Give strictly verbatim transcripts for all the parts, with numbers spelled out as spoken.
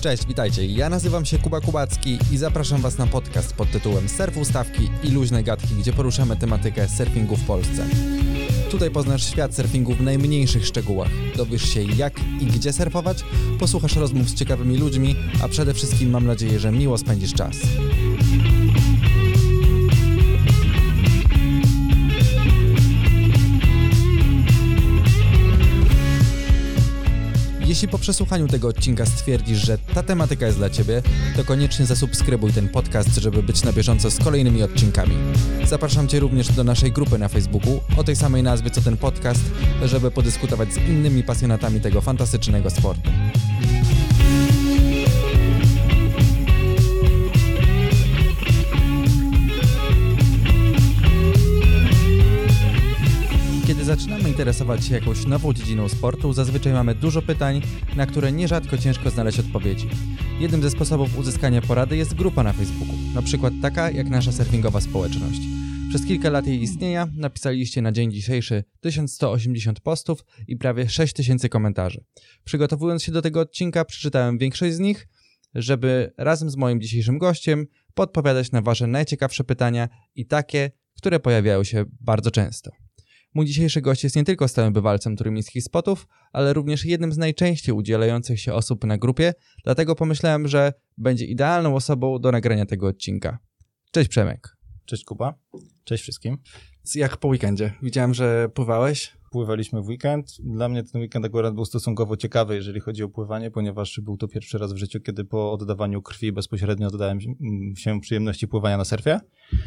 Cześć, witajcie. Ja nazywam się Kuba Kubacki i zapraszam Was na podcast pod tytułem Surf Ustawki i luźne gadki, gdzie poruszamy tematykę surfingu w Polsce. Tutaj poznasz świat surfingu w najmniejszych szczegółach. Dowiesz się jak i gdzie surfować, posłuchasz rozmów z ciekawymi ludźmi, a przede wszystkim mam nadzieję, że miło spędzisz czas. Jeśli po przesłuchaniu tego odcinka stwierdzisz, że ta tematyka jest dla Ciebie, to koniecznie zasubskrybuj ten podcast, żeby być na bieżąco z kolejnymi odcinkami. Zapraszam Cię również do naszej grupy na Facebooku o tej samej nazwie co ten podcast, żeby podyskutować z innymi pasjonatami tego fantastycznego sportu. Kiedy zaczynamy interesować się jakąś nową dziedziną sportu, zazwyczaj mamy dużo pytań, na które nierzadko ciężko znaleźć odpowiedzi. Jednym ze sposobów uzyskania porady jest grupa na Facebooku, na przykład taka jak nasza surfingowa społeczność. Przez kilka lat jej istnienia napisaliście na dzień dzisiejszy tysiąc sto osiemdziesiąt postów i prawie sześć tysięcy komentarzy. Przygotowując się do tego odcinka, przeczytałem większość z nich, żeby razem z moim dzisiejszym gościem podpowiadać na Wasze najciekawsze pytania i takie, które pojawiają się bardzo często. Mój dzisiejszy gość jest nie tylko stałym bywalcem trójmiejskich spotów, ale również jednym z najczęściej udzielających się osób na grupie, dlatego pomyślałem, że będzie idealną osobą do nagrania tego odcinka. Cześć Przemek. Cześć Kuba. Cześć wszystkim. Jak po weekendzie? Widziałem, że pływałeś. Pływaliśmy w weekend. Dla mnie ten weekend akurat był stosunkowo ciekawy, jeżeli chodzi o pływanie, ponieważ był to pierwszy raz w życiu, kiedy po oddawaniu krwi bezpośrednio oddałem się przyjemności pływania na surfie.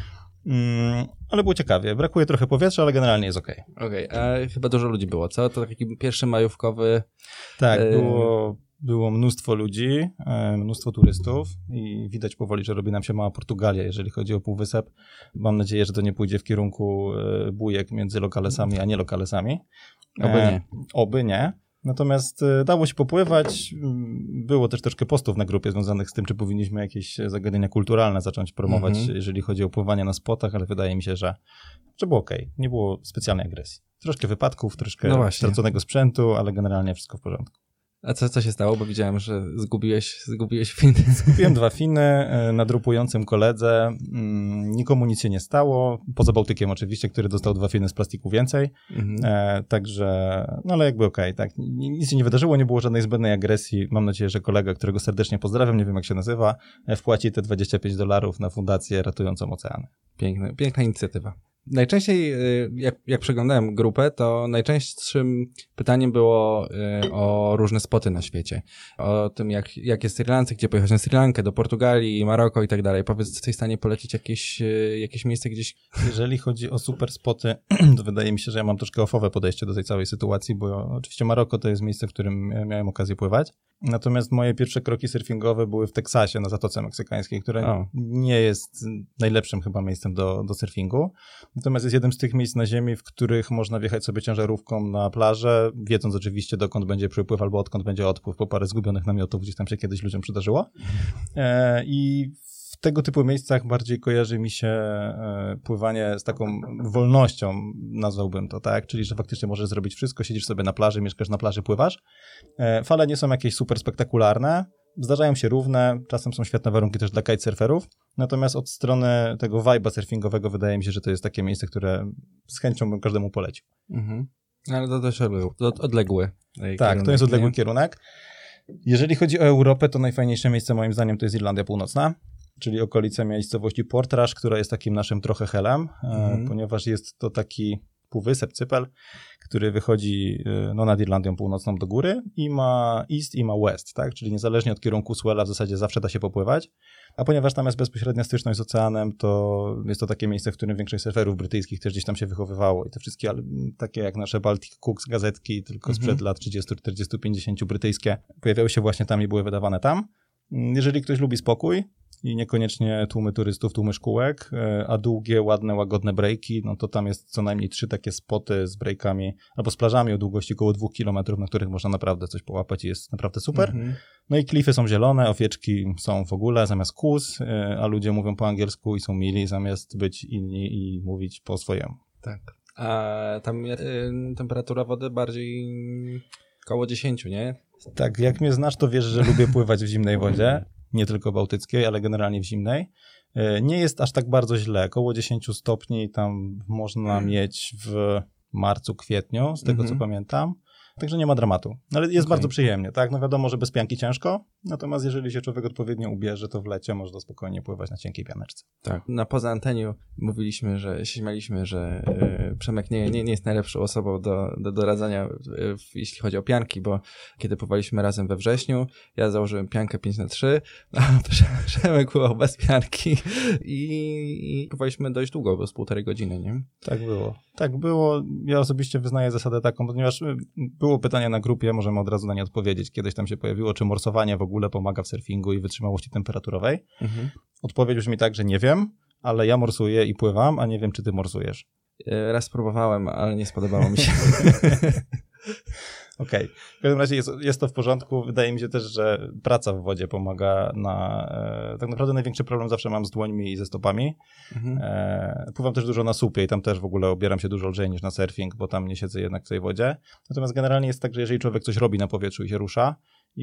Mm, ale było ciekawie. Brakuje trochę powietrza, ale generalnie jest okej. Okay. Okej, okay. A chyba dużo ludzi było, co? To taki pierwszy majówkowy... Tak, yy... było, było mnóstwo ludzi, e, mnóstwo turystów i widać powoli, że robi nam się mała Portugalia, jeżeli chodzi o półwysep. Mam nadzieję, że to nie pójdzie w kierunku e, bujek między lokalesami, a nie lokalesami. E, oby nie. Oby nie. Natomiast dało się popływać, było też troszkę postów na grupie związanych z tym, czy powinniśmy jakieś zagadnienia kulturalne zacząć promować, mm-hmm. jeżeli chodzi o pływanie na spotach, ale wydaje mi się, że, że było okej, okay. Nie było specjalnej agresji. Troszkę wypadków, troszkę no straconego sprzętu, ale generalnie wszystko w porządku. A co, co się stało? Bo widziałem, że zgubiłeś, zgubiłeś finy. Zgubiłem dwa finy na drupującym koledze. Nikomu nic się nie stało. Poza Bałtykiem oczywiście, który dostał dwa finy z plastiku więcej. Mhm. E, także, no ale jakby okej, okay, tak. Nic się nie wydarzyło, nie było żadnej zbędnej agresji. Mam nadzieję, że kolega, którego serdecznie pozdrawiam, nie wiem jak się nazywa, wpłaci te dwadzieścia pięć dolarów na fundację ratującą oceany. Piękna, piękna inicjatywa. Najczęściej, jak, jak przeglądałem grupę, to najczęstszym pytaniem było o różne spoty na świecie. O tym, jak, jak jest Sri Lance, gdzie pojechać na Sri Lankę, do Portugalii, Maroko i tak dalej. Powiedz, jesteś w stanie polecić jakieś, jakieś miejsce gdzieś? Jeżeli chodzi o super spoty, to wydaje mi się, że ja mam troszkę offowe podejście do tej całej sytuacji, bo oczywiście Maroko to jest miejsce, w którym miałem okazję pływać. Natomiast moje pierwsze kroki surfingowe były w Teksasie, na Zatoce Meksykańskiej, które o. nie jest najlepszym chyba miejscem do, do surfingu. Natomiast jest jednym z tych miejsc na ziemi, w których można wjechać sobie ciężarówką na plażę, wiedząc oczywiście dokąd będzie przypływ albo odkąd będzie odpływ, po parę zgubionych namiotów gdzieś tam się kiedyś ludziom przydarzyło. E, I w tego typu miejscach bardziej kojarzy mi się e, pływanie z taką wolnością, nazwałbym to, tak? Czyli, że faktycznie możesz zrobić wszystko, siedzisz sobie na plaży, mieszkasz na plaży, pływasz. E, fale nie są jakieś super spektakularne, zdarzają się równe, czasem są świetne warunki też dla kitesurferów, natomiast od strony tego vibe'a surfingowego wydaje mi się, że to jest takie miejsce, które z chęcią bym każdemu polecił. Mhm. Ale to też odległy. Tak, kierunek, to jest odległy nie? kierunek. Jeżeli chodzi o Europę, to najfajniejsze miejsce moim zdaniem to jest Irlandia Północna, czyli okolice miejscowości Portrush, która jest takim naszym trochę helem, mhm. ponieważ jest to taki półwysep, cypel, który wychodzi no, nad Irlandią Północną do góry i ma east i ma west, tak? Czyli niezależnie od kierunku swella w zasadzie zawsze da się popływać, a ponieważ tam jest bezpośrednia styczność z oceanem, to jest to takie miejsce, w którym większość surferów brytyjskich też gdzieś tam się wychowywało i te wszystkie, ale takie jak nasze Baltic Cooks gazetki, tylko mhm. sprzed lat trzydzieści, czterdzieści, pięćdziesiąt brytyjskie, pojawiały się właśnie tam i były wydawane tam. Jeżeli ktoś lubi spokój i niekoniecznie tłumy turystów, tłumy szkółek, a długie, ładne, łagodne breaki, no to tam jest co najmniej trzy takie spoty z breakami albo z plażami o długości około dwóch kilometrów, na których można naprawdę coś połapać i jest naprawdę super. Mhm. No i klify są zielone, owieczki są w ogóle zamiast kóz, a ludzie mówią po angielsku i są mili zamiast być inni i mówić po swojemu. Tak. A tam y, temperatura wody bardziej koło dziesięć, nie? Tak, jak mnie znasz, to wiesz, że lubię pływać w zimnej wodzie, nie tylko bałtyckiej, ale generalnie w zimnej. Nie jest aż tak bardzo źle, około dziesięć stopni tam można mieć w marcu, kwietniu, z tego mm-hmm. co pamiętam. Także nie ma dramatu. Ale jest okay. bardzo przyjemnie, tak? No wiadomo, że bez pianki ciężko, natomiast jeżeli się człowiek odpowiednio ubierze, to w lecie można spokojnie pływać na cienkiej pianeczce. Tak. Na poza anteniu mówiliśmy, że się śmialiśmy, że yy, Przemek nie, nie, nie jest najlepszą osobą do, do doradzania, yy, jeśli chodzi o pianki, bo kiedy pływaliśmy razem we wrześniu, ja założyłem piankę pięć na trzy, a Przemek pływał bez pianki i, i pływaliśmy dość długo, bo z półtorej godziny, nie? Tak było. Tak było. Ja osobiście wyznaję zasadę taką, ponieważ było pytanie na grupie, możemy od razu na nie odpowiedzieć. Kiedyś tam się pojawiło, czy morsowanie w ogóle pomaga w surfingu i wytrzymałości temperaturowej. Mhm. Odpowiedź brzmi tak, że nie wiem, ale ja morsuję i pływam, a nie wiem, czy ty morsujesz. Raz próbowałem, ale nie spodobało mi się. Okej. Okay. W każdym razie jest, jest to w porządku. Wydaje mi się też, że praca w wodzie pomaga na... E, tak naprawdę największy problem zawsze mam z dłońmi i ze stopami. Mhm. E, pływam też dużo na słupie i tam też w ogóle obieram się dużo lżej niż na surfing, bo tam nie siedzę jednak w tej wodzie. Natomiast generalnie jest tak, że jeżeli człowiek coś robi na powietrzu i się rusza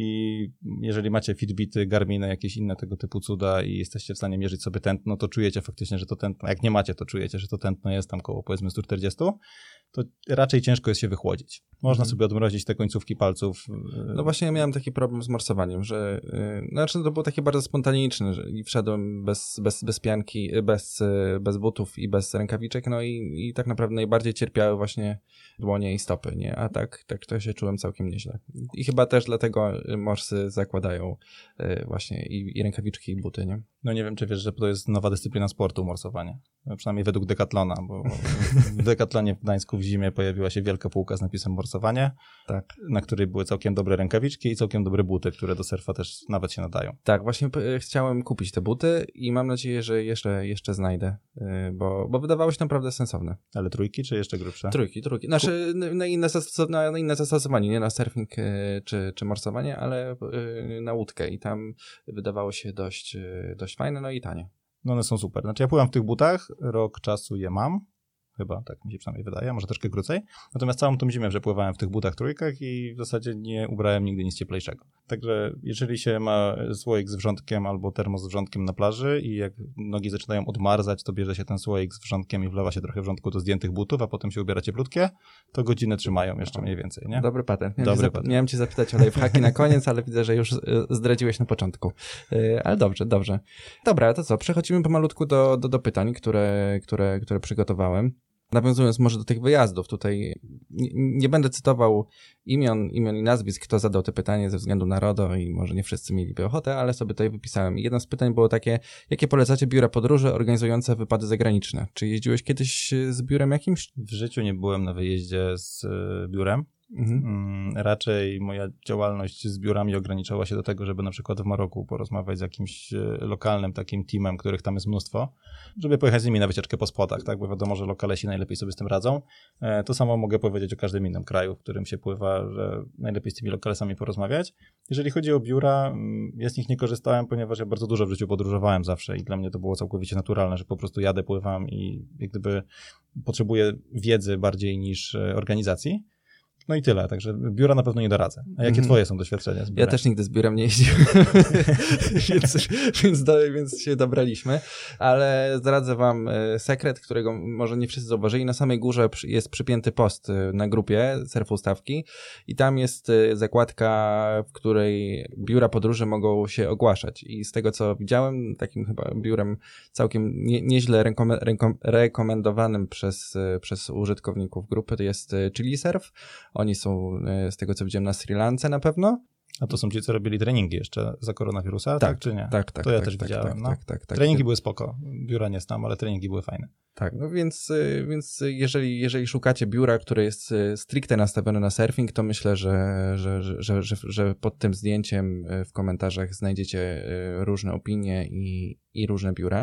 i jeżeli macie Fitbity, Garminy, jakieś inne tego typu cuda i jesteście w stanie mierzyć sobie tętno, to czujecie faktycznie, że to tętno, jak nie macie, to czujecie, że to tętno jest tam koło powiedzmy sto czterdzieści, to raczej ciężko jest się wychłodzić. Można mhm. sobie odmrozić te końcówki palców. No właśnie ja miałem taki problem z morsowaniem, że yy, znaczy to było takie bardzo spontaniczne, że i wszedłem bez, bez, bez pianki, bez, bez butów i bez rękawiczek, no i, i tak naprawdę najbardziej cierpiały właśnie dłonie i stopy, nie? A tak, tak to się czułem całkiem nieźle. I chyba też dlatego morsy zakładają yy, właśnie i, i rękawiczki, i buty, nie? No nie wiem, czy wiesz, że to jest nowa dyscyplina sportu, morsowanie. Przynajmniej według Decathlona, bo w Decathlonie w Gdańsku w zimie pojawiła się wielka półka z napisem morsowanie, tak. na której były całkiem dobre rękawiczki i całkiem dobre buty, które do surfa też nawet się nadają. Tak, właśnie p- chciałem kupić te buty i mam nadzieję, że jeszcze, jeszcze znajdę, yy, bo, bo wydawało się naprawdę sensowne. Ale trójki czy jeszcze grubsze? Trójki, trójki. Znaczy na inne, zastos- na inne zastosowanie, nie na surfing yy, czy, czy morsowanie, ale yy, na łódkę i tam wydawało się dość, yy, dość fajne, no i tanie. No one są super. Znaczy ja pływam w tych butach, rok czasu je mam. Chyba, tak mi się przynajmniej wydaje, może troszkę krócej. Natomiast całą tą zimę przepływałem w tych butach trójkach i w zasadzie nie ubrałem nigdy nic cieplejszego. Także jeżeli się ma słoik z wrzątkiem albo termos z wrzątkiem na plaży i jak nogi zaczynają odmarzać, to bierze się ten słoik z wrzątkiem i wlewa się trochę wrzątku do zdjętych butów, a potem się ubiera cieplutkie, to godzinę trzymają jeszcze mniej więcej, nie? Dobry patent. Miałem, Dobry ci, patent. miałem cię zapytać o lifehacki na koniec, ale widzę, że już zdradziłeś na początku. Ale dobrze, dobrze. Dobra, to co? Przechodzimy pomalutku do, do, do pytań, które, które, które przygotowałem. Nawiązując może do tych wyjazdów, tutaj nie, nie będę cytował imion, imion i nazwisk, kto zadał te pytanie ze względu na RODO i może nie wszyscy mieliby ochotę, ale sobie tutaj wypisałem. I jedno z pytań było takie, jakie polecacie biura podróży organizujące wypady zagraniczne? Czy jeździłeś kiedyś z biurem jakimś? W życiu nie byłem na wyjeździe z biurem. Mhm. Raczej moja działalność z biurami ograniczała się do tego, żeby na przykład w Maroku porozmawiać z jakimś lokalnym takim teamem, których tam jest mnóstwo, żeby pojechać z nimi na wycieczkę po spotach, tak, bo wiadomo, że lokalesi najlepiej sobie z tym radzą. To samo mogę powiedzieć o każdym innym kraju, w którym się pływa, że najlepiej z tymi lokalesami porozmawiać. Jeżeli chodzi o biura, ja z nich nie korzystałem, ponieważ ja bardzo dużo w życiu podróżowałem zawsze i dla mnie to było całkowicie naturalne, że po prostu jadę, pływam i jak gdyby potrzebuję wiedzy bardziej niż organizacji. No i tyle, także biura na pewno nie doradzę. A jakie mm. twoje są doświadczenia z biurem? Ja też nigdy z biurem nie jeździłem, więc, więc, do, więc się dobraliśmy, ale zdradzę wam sekret, którego może nie wszyscy zauważyli. Na samej górze jest przypięty post na grupie Surf Ustawki i tam jest zakładka, w której biura podróży mogą się ogłaszać i z tego co widziałem, takim chyba biurem całkiem nie, nieźle rekom- rekom- rekomendowanym przez, przez użytkowników grupy to jest Chili Surf. Oni są, z tego co widziałem, na Sri Lance na pewno. A to są ci, co robili treningi jeszcze za koronawirusa, tak, tak czy nie? Tak, tak. To ja tak, też tak, widziałem. Tak, no. tak, tak, tak, treningi tak. były spoko. Biura nie znam, ale treningi były fajne. Tak, no więc, więc jeżeli, jeżeli szukacie biura, które jest stricte nastawione na surfing, to myślę, że, że, że, że, że pod tym zdjęciem w komentarzach znajdziecie różne opinie i, i różne biura.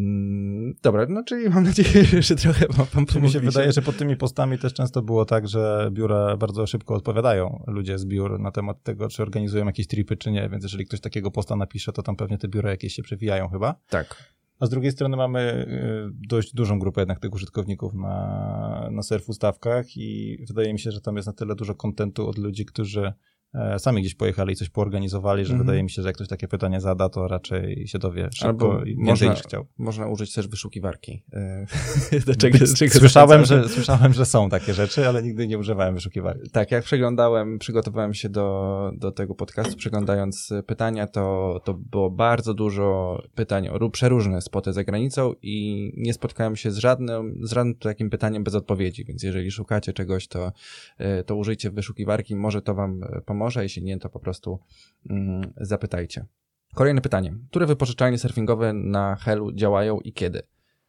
Dobra, no czyli mam nadzieję, że trochę wam pomogliście. Mi się wydaje, że pod tymi postami też często było tak, że biura bardzo szybko odpowiadają ludzie z biur na temat tego, czy organizują jakieś tripy, czy nie, więc jeżeli ktoś takiego posta napisze, to tam pewnie te biura jakieś się przewijają chyba. Tak. A z drugiej strony mamy dość dużą grupę jednak tych użytkowników na, na Surf Ustawkach i wydaje mi się, że tam jest na tyle dużo kontentu od ludzi, którzy sami gdzieś pojechali i coś poorganizowali, że mhm. wydaje mi się, że jak ktoś takie pytanie zada, to raczej się dowie szybko Albo i można, więcej niż chciał. Można użyć też wyszukiwarki. Do czego, czego słyszałem, że, słyszałem, że są takie rzeczy, ale nigdy nie używałem wyszukiwarki. Tak, jak przeglądałem, przygotowałem się do, do tego podcastu, przeglądając pytania, to, to było bardzo dużo pytań o przeróżne spoty za granicą i nie spotkałem się z żadnym, z żadnym takim pytaniem bez odpowiedzi, więc jeżeli szukacie czegoś, to, to użyjcie wyszukiwarki, może to wam pomoże, jeśli nie, to po prostu mm, zapytajcie. Kolejne pytanie. Które wypożyczalnie surfingowe na Helu działają i kiedy?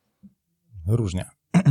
Różnie.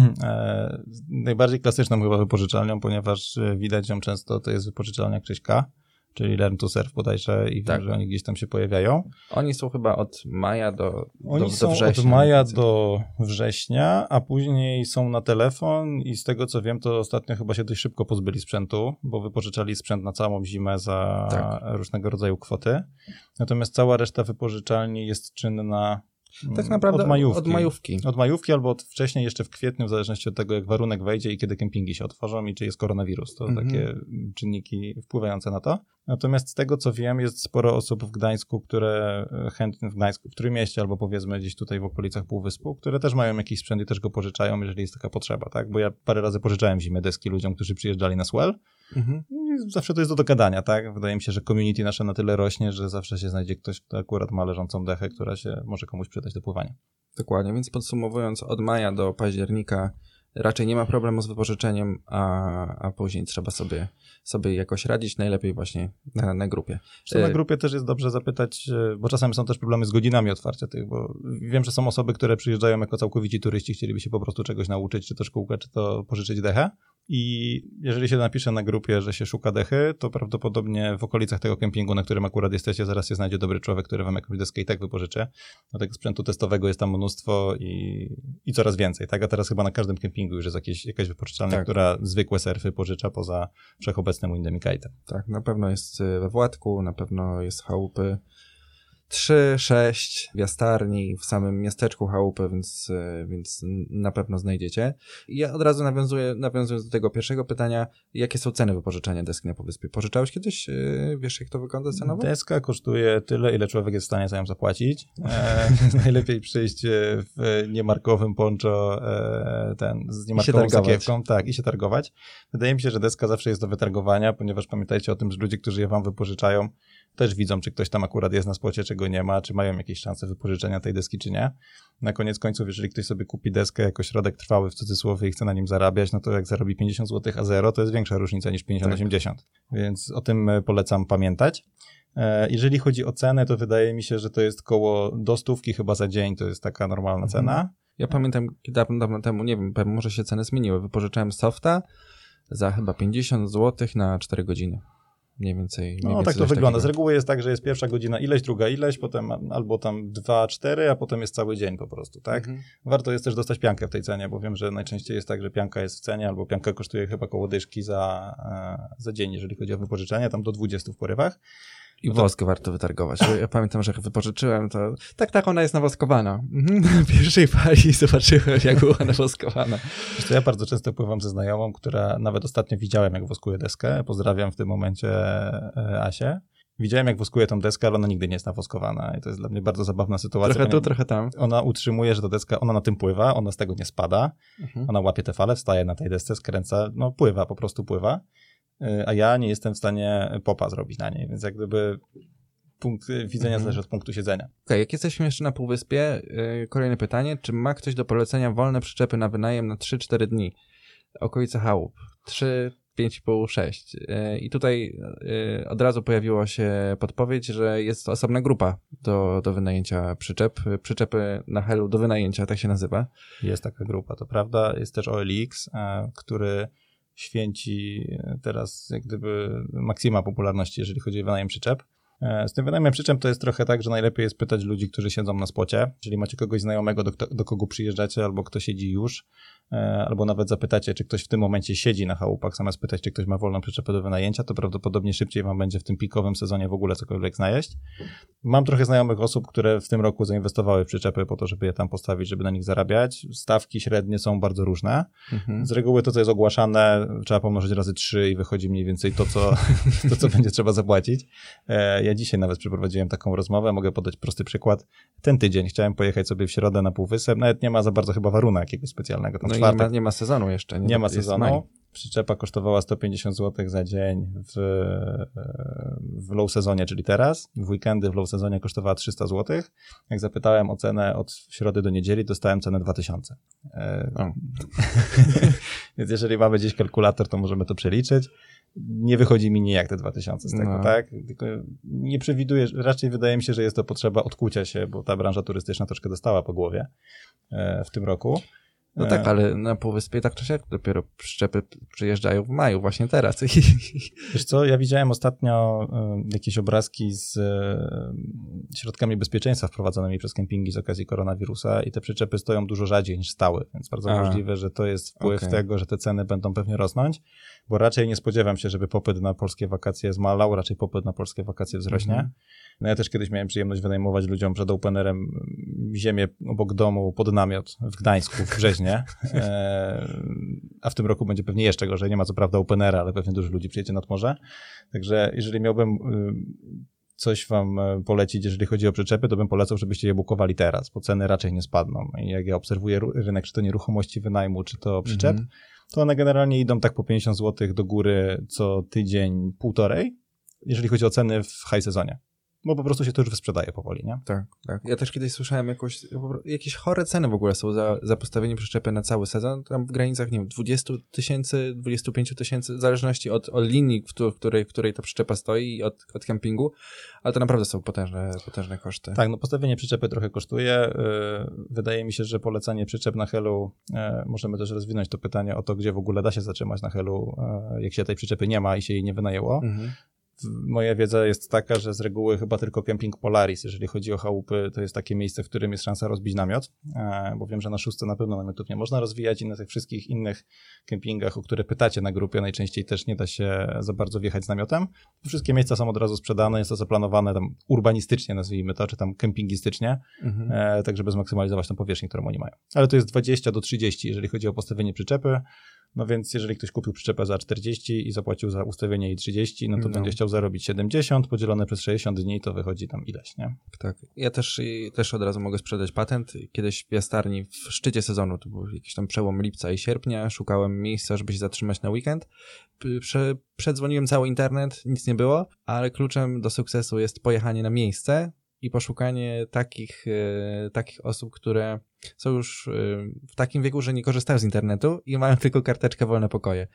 E, najbardziej klasyczną chyba wypożyczalnią, ponieważ widać ją często, to jest wypożyczalnia Krzyśka, czyli Learn to Surf bodajże i tak. wiem, że oni gdzieś tam się pojawiają. Oni są chyba od maja do, oni do, są do września. Od maja do września, a później są na telefon i z tego co wiem, to ostatnio chyba się dość szybko pozbyli sprzętu, bo wypożyczali sprzęt na całą zimę za tak. różnego rodzaju kwoty. Natomiast cała reszta wypożyczalni jest czynna tak naprawdę od majówki. od majówki. Od majówki albo od wcześniej, jeszcze w kwietniu, w zależności od tego, jak warunek wejdzie i kiedy kempingi się otworzą i czy jest koronawirus. To mm-hmm. takie czynniki wpływające na to. Natomiast z tego, co wiem, jest sporo osób w Gdańsku, które chętnie w Gdańsku, w Trójmieście albo powiedzmy gdzieś tutaj w okolicach Półwyspu, które też mają jakiś sprzęt i też go pożyczają, jeżeli jest taka potrzeba, tak? Bo ja parę razy pożyczałem w zimę deski ludziom, którzy przyjeżdżali na Swell. Mhm. I zawsze to jest do dogadania, tak? Wydaje mi się, że community nasze na tyle rośnie, że zawsze się znajdzie ktoś, kto akurat ma leżącą dechę, która się może komuś przydać do pływania. Dokładnie, więc podsumowując, od maja do października raczej nie ma problemu z wypożyczeniem, a, a później trzeba sobie, sobie jakoś radzić, najlepiej właśnie na, na grupie. Zresztą na grupie też jest dobrze zapytać, bo czasami są też problemy z godzinami otwarcia tych, bo wiem, że są osoby, które przyjeżdżają jako całkowici turyści, chcieliby się po prostu czegoś nauczyć, czy to szkółkę, czy to pożyczyć dechę. I jeżeli się napisze na grupie, że się szuka dechy, to prawdopodobnie w okolicach tego kempingu, na którym akurat jesteście, zaraz się znajdzie dobry człowiek, który wam jakąś deskę i tak wypożyczy. No tego sprzętu testowego jest tam mnóstwo i, i coraz więcej, tak? A teraz chyba na każdym kempingu już jest jakieś, jakaś wypożyczalnia, tak. która zwykłe surfy pożycza poza wszechobecnym Windem i Kite'em. Tak, na pewno jest we Władku, na pewno jest chałupy trzy, sześć w Jastarni, w samym miasteczku chałupy, więc, więc na pewno znajdziecie. I ja od razu nawiązuję, nawiązując do tego pierwszego pytania, jakie są ceny wypożyczania deski na Półwyspie? Pożyczałeś kiedyś? Wiesz, jak to wygląda cenowo? Deska kosztuje tyle, ile człowiek jest w stanie za nią zapłacić. E, najlepiej przyjść w niemarkowym poncho, e, ten, z niemarkową sakiewką, tak, i się targować. Wydaje mi się, że deska zawsze jest do wytargowania, ponieważ pamiętajcie o tym, że ludzie, którzy je wam wypożyczają, też widzą, czy ktoś tam akurat jest na spocie, czy go nie ma, czy mają jakieś szanse wypożyczenia tej deski, czy nie. Na koniec końców, jeżeli ktoś sobie kupi deskę jako środek trwały w cudzysłowie i chce na nim zarabiać, no to jak zarobi pięćdziesiąt złotych a zero, to jest większa różnica niż pięćdziesiąt osiemdziesiąt. Tak. Więc o tym polecam pamiętać. Jeżeli chodzi o cenę, to wydaje mi się, że to jest koło do stówki chyba za dzień, to jest taka normalna mhm. cena. Ja pamiętam dawno, dawno temu, nie wiem, może się ceny zmieniły, wypożyczałem softa za chyba pięćdziesiąt złotych na cztery godziny. Mniej więcej. Mniej no więcej tak to wygląda. takiego. Z reguły jest tak, że jest pierwsza godzina ileś, druga ileś, potem albo tam dwa, cztery, a potem jest cały dzień po prostu, tak? Mhm. Warto jest też dostać piankę w tej cenie, bo wiem, że najczęściej jest tak, że pianka jest w cenie, albo pianka kosztuje chyba koło dyszki za, za dzień, jeżeli chodzi o wypożyczenie, tam do dwudziestu w porywach. I no to... woskę warto wytargować. Ja pamiętam, że jak wypożyczyłem, to tak, tak, ona jest nawoskowana. Na pierwszej fali zobaczyłem, jak była nawoskowana. Wiesz co, ja bardzo często pływam ze znajomą, która nawet ostatnio widziałem, jak woskuje deskę. Pozdrawiam w tym momencie Asię. Widziałem, jak woskuje tą deskę, ale ona nigdy nie jest nawoskowana i to jest dla mnie bardzo zabawna sytuacja. Trochę tu, trochę tam. Ona utrzymuje, że ta deska, ona na tym pływa, ona z tego nie spada, mhm. ona łapie te fale, wstaje na tej desce, skręca, no pływa, po prostu pływa. A ja nie jestem w stanie popa zrobić na niej, więc jak gdyby punkt widzenia mhm. zależy od punktu siedzenia. Okej, okay, jak jesteśmy jeszcze na Półwyspie, yy, kolejne pytanie, czy ma ktoś do polecenia wolne przyczepy na wynajem na trzy cztery dni? Okolice chałup. trzy, pięć i pół, sześć. Yy, I tutaj yy, od razu pojawiła się podpowiedź, że jest osobna grupa do, do wynajęcia przyczep. Przyczepy na Helu do wynajęcia, tak się nazywa. Jest taka grupa, to prawda. Jest też O L X, yy, który święci teraz jak gdyby maksima popularności, jeżeli chodzi o wynajem przyczep. Z tym wynajmem przyczep to jest trochę tak, że najlepiej jest pytać ludzi, którzy siedzą na spocie. Jeżeli macie kogoś znajomego, do, do kogo przyjeżdżacie, albo kto siedzi już, albo nawet zapytacie, czy ktoś w tym momencie siedzi na chałupach, zamiast pytać, czy ktoś ma wolną przyczepę do wynajęcia, to prawdopodobnie szybciej wam będzie w tym pikowym sezonie w ogóle cokolwiek znaleźć. Mam trochę znajomych osób, które w tym roku zainwestowały w przyczepy po to, żeby je tam postawić, żeby na nich zarabiać. Stawki średnie są bardzo różne. Mhm. Z reguły to, co jest ogłaszane, trzeba pomnożyć razy trzy i wychodzi mniej więcej to, co, to, co będzie trzeba zapłacić. Ja dzisiaj nawet przeprowadziłem taką rozmowę, mogę podać prosty przykład. Ten tydzień chciałem pojechać sobie w środę na Półwysep, nawet nie ma za bardzo chyba warunku jakiegoś specjalnego. Tam no i nie ma, nie ma sezonu jeszcze. Nie, nie ma sezonu. Przyczepa kosztowała sto pięćdziesiąt złotych za dzień w, w low sezonie, czyli teraz. W weekendy w low sezonie kosztowała trzysta złotych. Jak zapytałem o cenę od środy do niedzieli, dostałem cenę dwa tysiące. E, Więc jeżeli mamy gdzieś kalkulator, to możemy to przeliczyć. Nie wychodzi mi nijak te dwa tysiące z tego, no. tak? Tylko nie przewiduję, raczej wydaje mi się, że jest to potrzeba odkucia się, bo ta branża turystyczna troszkę dostała po głowie e, w tym roku. No tak, ale na Półwyspie tak czy siak dopiero przyczepy przyjeżdżają w maju, właśnie teraz. Wiesz co, ja widziałem ostatnio y, jakieś obrazki z y, środkami bezpieczeństwa wprowadzonymi przez kempingi z okazji koronawirusa i te przyczepy stoją dużo rzadziej niż stały, więc bardzo A, możliwe, że to jest wpływ okay. tego, że te ceny będą pewnie rosnąć, bo raczej nie spodziewam się, żeby popyt na polskie wakacje zmalał, raczej popyt na polskie wakacje wzrośnie. Mm-hmm. No ja też kiedyś miałem przyjemność wynajmować ludziom przed openerem ziemię obok domu pod namiot w Gdańsku w Brzeźnie, e, a w tym roku będzie pewnie jeszcze gorzej, nie ma co prawda openera, ale pewnie dużo ludzi przyjedzie nad morze. Także jeżeli miałbym y, coś wam polecić, jeżeli chodzi o przyczepy, to bym polecał, żebyście je bukowali teraz, bo ceny raczej nie spadną. I jak ja obserwuję rynek, czy to nieruchomości wynajmu, czy to przyczep, mm-hmm. to one generalnie idą tak po pięćdziesiąt złotych do góry co tydzień, półtorej, jeżeli chodzi o ceny w high sezonie. Bo po prostu się to już wysprzedaje powoli, nie? Tak, tak. Ja też kiedyś słyszałem jakoś, jakieś chore ceny w ogóle są za, za postawienie przyczepy na cały sezon, tam w granicach, nie wiem, dwadzieścia tysięcy, dwadzieścia pięć tysięcy, w zależności od, od linii, w której, w której ta przyczepa stoi i od, od kempingu, ale to naprawdę są potężne, potężne koszty. Tak, no postawienie przyczepy trochę kosztuje. Wydaje mi się, że polecanie przyczep na Helu, możemy też rozwinąć to pytanie o to, gdzie w ogóle da się zatrzymać na Helu, jak się tej przyczepy nie ma i się jej nie wynajęło. Mhm. Moja wiedza jest taka, że z reguły chyba tylko kemping Polaris, jeżeli chodzi o chałupy, to jest takie miejsce, w którym jest szansa rozbić namiot, bo wiem, że na szóstce na pewno namiotów nie można rozwijać i na tych wszystkich innych kempingach, o które pytacie na grupie, najczęściej też nie da się za bardzo wjechać z namiotem. Wszystkie miejsca są od razu sprzedane, jest to zaplanowane tam urbanistycznie, nazwijmy to, czy tam kempingistycznie, mhm. tak żeby zmaksymalizować tą powierzchnię, którą oni mają. Ale to jest dwadzieścia do trzydziestu, jeżeli chodzi o postawienie przyczepy. No więc jeżeli ktoś kupił przyczepę za czterdzieści i zapłacił za ustawienie jej trzydzieści, no to no. będzie chciał zarobić siedemdziesiąt, podzielone przez sześćdziesiąt dni, to wychodzi tam ileś, nie? Tak. Ja też, też od razu mogę sprzedać patent. Kiedyś w Jastarni w szczycie sezonu, to był jakiś tam przełom lipca i sierpnia, szukałem miejsca, żeby się zatrzymać na weekend. Prze, przedzwoniłem cały internet, nic nie było, ale kluczem do sukcesu jest pojechanie na miejsce i poszukanie takich, e, takich osób, które są już e, w takim wieku, że nie korzystają z internetu i mają tylko karteczkę wolne pokoje.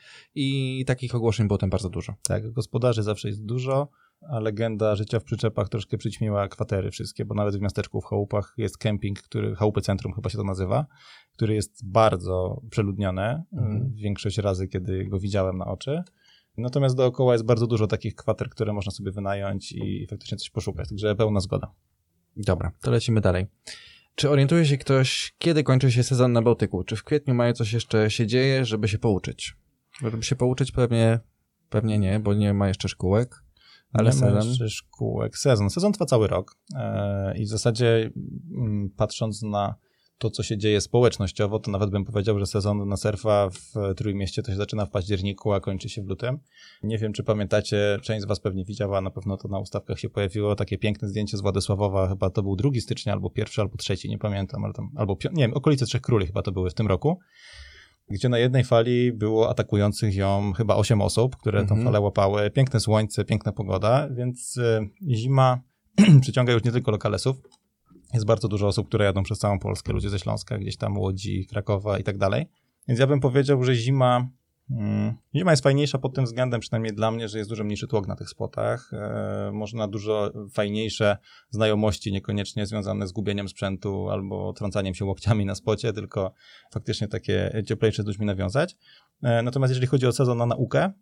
I takich ogłoszeń było tam bardzo dużo. Tak, gospodarzy zawsze jest dużo, a legenda życia w przyczepach troszkę przyćmiła kwatery wszystkie, bo nawet w miasteczku w chałupach jest kemping, który, chałupy centrum chyba się to nazywa, który jest bardzo przeludniony, mhm. większość razy, kiedy go widziałem na oczy. Natomiast dookoła jest bardzo dużo takich kwater, które można sobie wynająć i faktycznie coś poszukać, także pełna zgoda. Dobra, to lecimy dalej. Czy orientuje się ktoś, kiedy kończy się sezon na Bałtyku? Czy w kwietniu, maju coś jeszcze się dzieje, żeby się pouczyć? Żeby się pouczyć pewnie, pewnie nie, bo nie ma jeszcze szkółek, ale nie sezon... ma jeszcze szkółek. Sezon. Sezon trwa cały rok e, i w zasadzie m, patrząc na to, co się dzieje społecznościowo, to nawet bym powiedział, że sezon na surfa w Trójmieście to się zaczyna w październiku, a kończy się w lutym. Nie wiem, czy pamiętacie, część z was pewnie widziała, na pewno to na ustawkach się pojawiło, takie piękne zdjęcie z Władysławowa, chyba to był drugiego stycznia, albo pierwszy, albo trzeci, nie pamiętam, ale tam, albo, nie wiem, okolice Trzech Króli chyba to były w tym roku, gdzie na jednej fali było atakujących ją chyba osiem osób, które mhm. tą falę łapały. Piękne słońce, piękna pogoda, więc y, zima przyciąga już nie tylko lokalesów. Jest bardzo dużo osób, które jadą przez całą Polskę, ludzie ze Śląska, gdzieś tam Łodzi, Krakowa i tak dalej. Więc ja bym powiedział, że zima, hmm, zima jest fajniejsza pod tym względem, przynajmniej dla mnie, że jest dużo mniejszy tłok na tych spotach. E, można dużo fajniejsze znajomości, niekoniecznie związane z gubieniem sprzętu albo trącaniem się łokciami na spocie, tylko faktycznie takie cieplejsze z ludźmi nawiązać. E, natomiast jeżeli chodzi o sezon na naukę,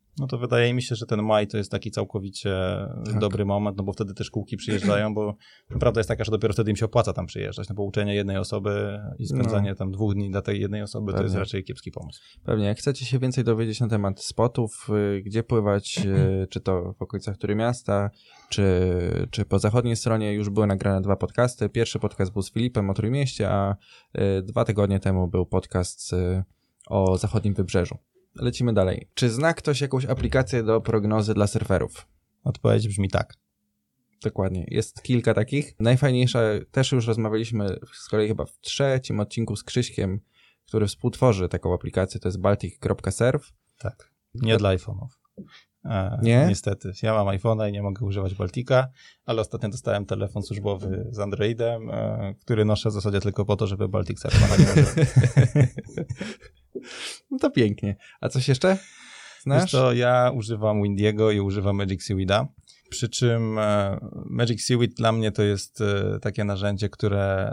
no to wydaje mi się, że ten maj to jest taki całkowicie tak. dobry moment, no bo wtedy te szkółki przyjeżdżają, bo prawda jest taka, że dopiero wtedy im się opłaca tam przyjeżdżać, no bo uczenie jednej osoby i spędzanie no. tam dwóch dni dla tej jednej osoby Pewnie. to jest raczej kiepski pomysł. Pewnie. Jak chcecie się więcej dowiedzieć na temat spotów, gdzie pływać, czy to w okolicach Trójmiasta, czy, czy po zachodniej stronie, już były nagrane dwa podcasty. Pierwszy podcast był z Filipem o Trójmieście, a dwa tygodnie temu był podcast o zachodnim wybrzeżu. Lecimy dalej. Czy zna ktoś jakąś aplikację do prognozy dla surferów? Odpowiedź brzmi tak. Dokładnie. Jest kilka takich. Najfajniejsza, też już rozmawialiśmy z kolei chyba w trzecim odcinku z Krzyśkiem, który współtworzy taką aplikację, to jest baltic kropka surf. Tak. Nie to... dla iPhone'ów. E, nie? Niestety. Ja mam iPhone'a i nie mogę używać Baltika, ale ostatnio dostałem telefon służbowy z Androidem, e, który noszę w zasadzie tylko po to, żeby Baltic Surfa nagrywać. No to pięknie. A coś jeszcze? Znasz? Wiesz co, ja używam Windiego i używam Magic Seaweeda. Przy czym Magic Seaweed dla mnie to jest takie narzędzie, które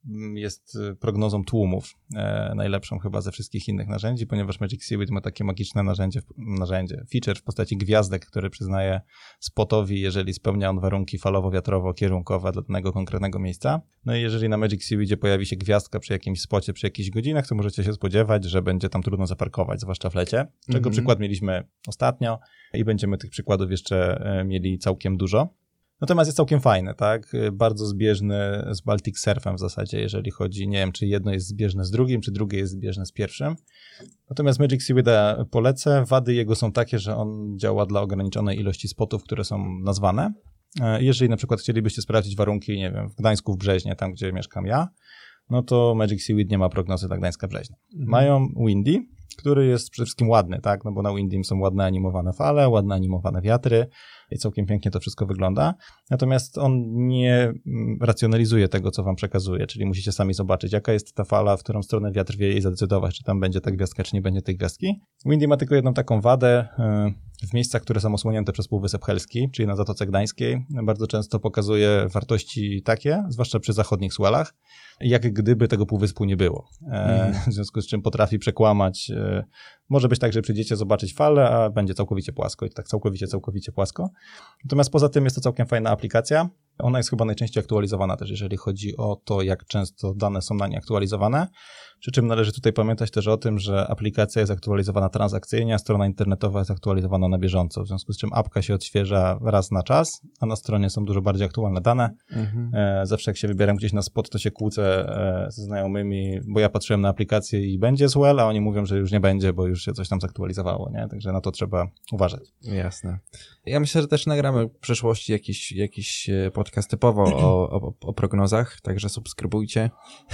jest prognozą tłumów, najlepszą chyba ze wszystkich innych narzędzi, ponieważ Magic Seaweed ma takie magiczne narzędzie, narzędzie, feature w postaci gwiazdek, który przyznaje spotowi, jeżeli spełnia on warunki falowo-wiatrowo-kierunkowe dla danego konkretnego miejsca. No i jeżeli na Magic Seaweedzie pojawi się gwiazdka przy jakimś spocie, przy jakichś godzinach, to możecie się spodziewać, że będzie tam trudno zaparkować, zwłaszcza w lecie, czego mm-hmm. przykład mieliśmy ostatnio i będziemy tych przykładów jeszcze mieli całkiem dużo. Natomiast jest całkiem fajne, tak? Bardzo zbieżny z Baltic Surfem w zasadzie, jeżeli chodzi, nie wiem, czy jedno jest zbieżne z drugim, czy drugie jest zbieżne z pierwszym. Natomiast Magic Seaweeda polecę. Wady jego są takie, że on działa dla ograniczonej ilości spotów, które są nazwane. Jeżeli na przykład chcielibyście sprawdzić warunki, nie wiem, w Gdańsku, w Brzeźnie, tam gdzie mieszkam ja, no to Magic Seaweed nie ma prognozy dla Gdańska Brzeźnia. Mhm. Mają Windy, który jest przede wszystkim ładny, tak? No bo na Windym są ładne animowane fale, ładne animowane wiatry i całkiem pięknie to wszystko wygląda. Natomiast on nie racjonalizuje tego, co wam przekazuje, czyli musicie sami zobaczyć, jaka jest ta fala, w którą stronę wiatr wieje i zadecydować, czy tam będzie ta gwiazdka, czy nie będzie tej gwiazdki. Windy ma tylko jedną taką wadę. W miejscach, które są osłonięte przez Półwysep Helski, czyli na Zatoce Gdańskiej, bardzo często pokazuje wartości takie, zwłaszcza przy zachodnich swellach, jak gdyby tego półwyspu nie było. Mm. W związku z czym potrafi przekłamać. Może być tak, że przyjdziecie zobaczyć falę, a będzie całkowicie płasko i tak całkowicie, całkowicie płasko. Natomiast poza tym jest to całkiem fajna aplikacja. Ona jest chyba najczęściej aktualizowana też, jeżeli chodzi o to, jak często dane są na nie aktualizowane. Przy czym należy tutaj pamiętać też o tym, że aplikacja jest aktualizowana transakcyjnie, a strona internetowa jest aktualizowana na bieżąco, w związku z czym apka się odświeża raz na czas, a na stronie są dużo bardziej aktualne dane. Mhm. E, zawsze jak się wybieram gdzieś na spot, to się kłócę e, ze znajomymi, bo ja patrzyłem na aplikację i będzie swell, a oni mówią, że już nie będzie, bo już się coś tam zaktualizowało, nie? Także na to trzeba uważać. Jasne. Ja myślę, że też nagramy w przyszłości jakiś, jakiś podcast typowo o, o, o prognozach, także subskrybujcie.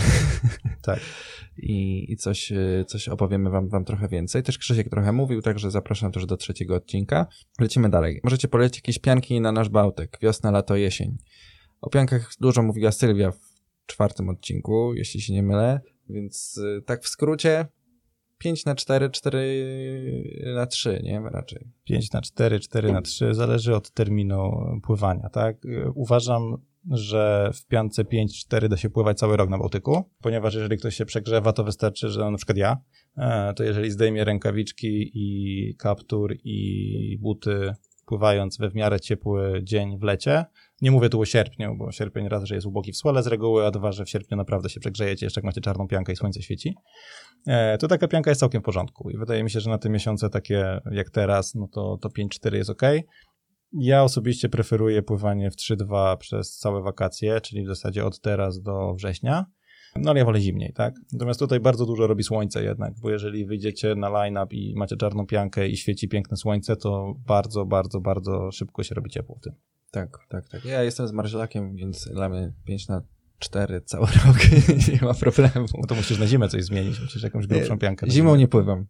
Tak. I, i coś, coś opowiemy wam, wam trochę więcej. Też Krzysiek trochę mówił, także zapraszam też do trzeciego odcinka. Lecimy dalej. Możecie polecić jakieś pianki na nasz Bałtyk. Wiosna, lato, jesień. O piankach dużo mówiła Sylwia w czwartym odcinku, jeśli się nie mylę. Więc tak w skrócie pięć na cztery, cztery na trzy, nie? Raczej. pięć na cztery, cztery na trzy, zależy od terminu pływania, tak? Uważam, że w piance pięć cztery da się pływać cały rok na Bałtyku, ponieważ jeżeli ktoś się przegrzewa, to wystarczy, że na przykład ja, to jeżeli zdejmie rękawiczki i kaptur i buty pływając we w miarę ciepły dzień w lecie, nie mówię tu o sierpniu, bo sierpień raz, że jest ubogi w swele z reguły, a dwa, że w sierpniu naprawdę się przegrzejecie, jeszcze jak macie czarną piankę i słońce świeci, to taka pianka jest całkiem w porządku i wydaje mi się, że na te miesiące takie jak teraz, no to, to pięć cztery jest ok. Ja osobiście preferuję pływanie w trzy dwa przez całe wakacje, czyli w zasadzie od teraz do września. No ale ja wolę zimniej, tak? Natomiast tutaj bardzo dużo robi słońce jednak, bo jeżeli wyjdziecie na line-up i macie czarną piankę i świeci piękne słońce, to bardzo, bardzo, bardzo szybko się robi ciepło w tym. Tak, tak, tak. Ja jestem z marżelakiem, więc dla mnie pięć na cztery cały rok nie ma problemu. No to musisz na zimę coś zmienić, musisz jakąś grubszą piankę. Zimą nie pływam,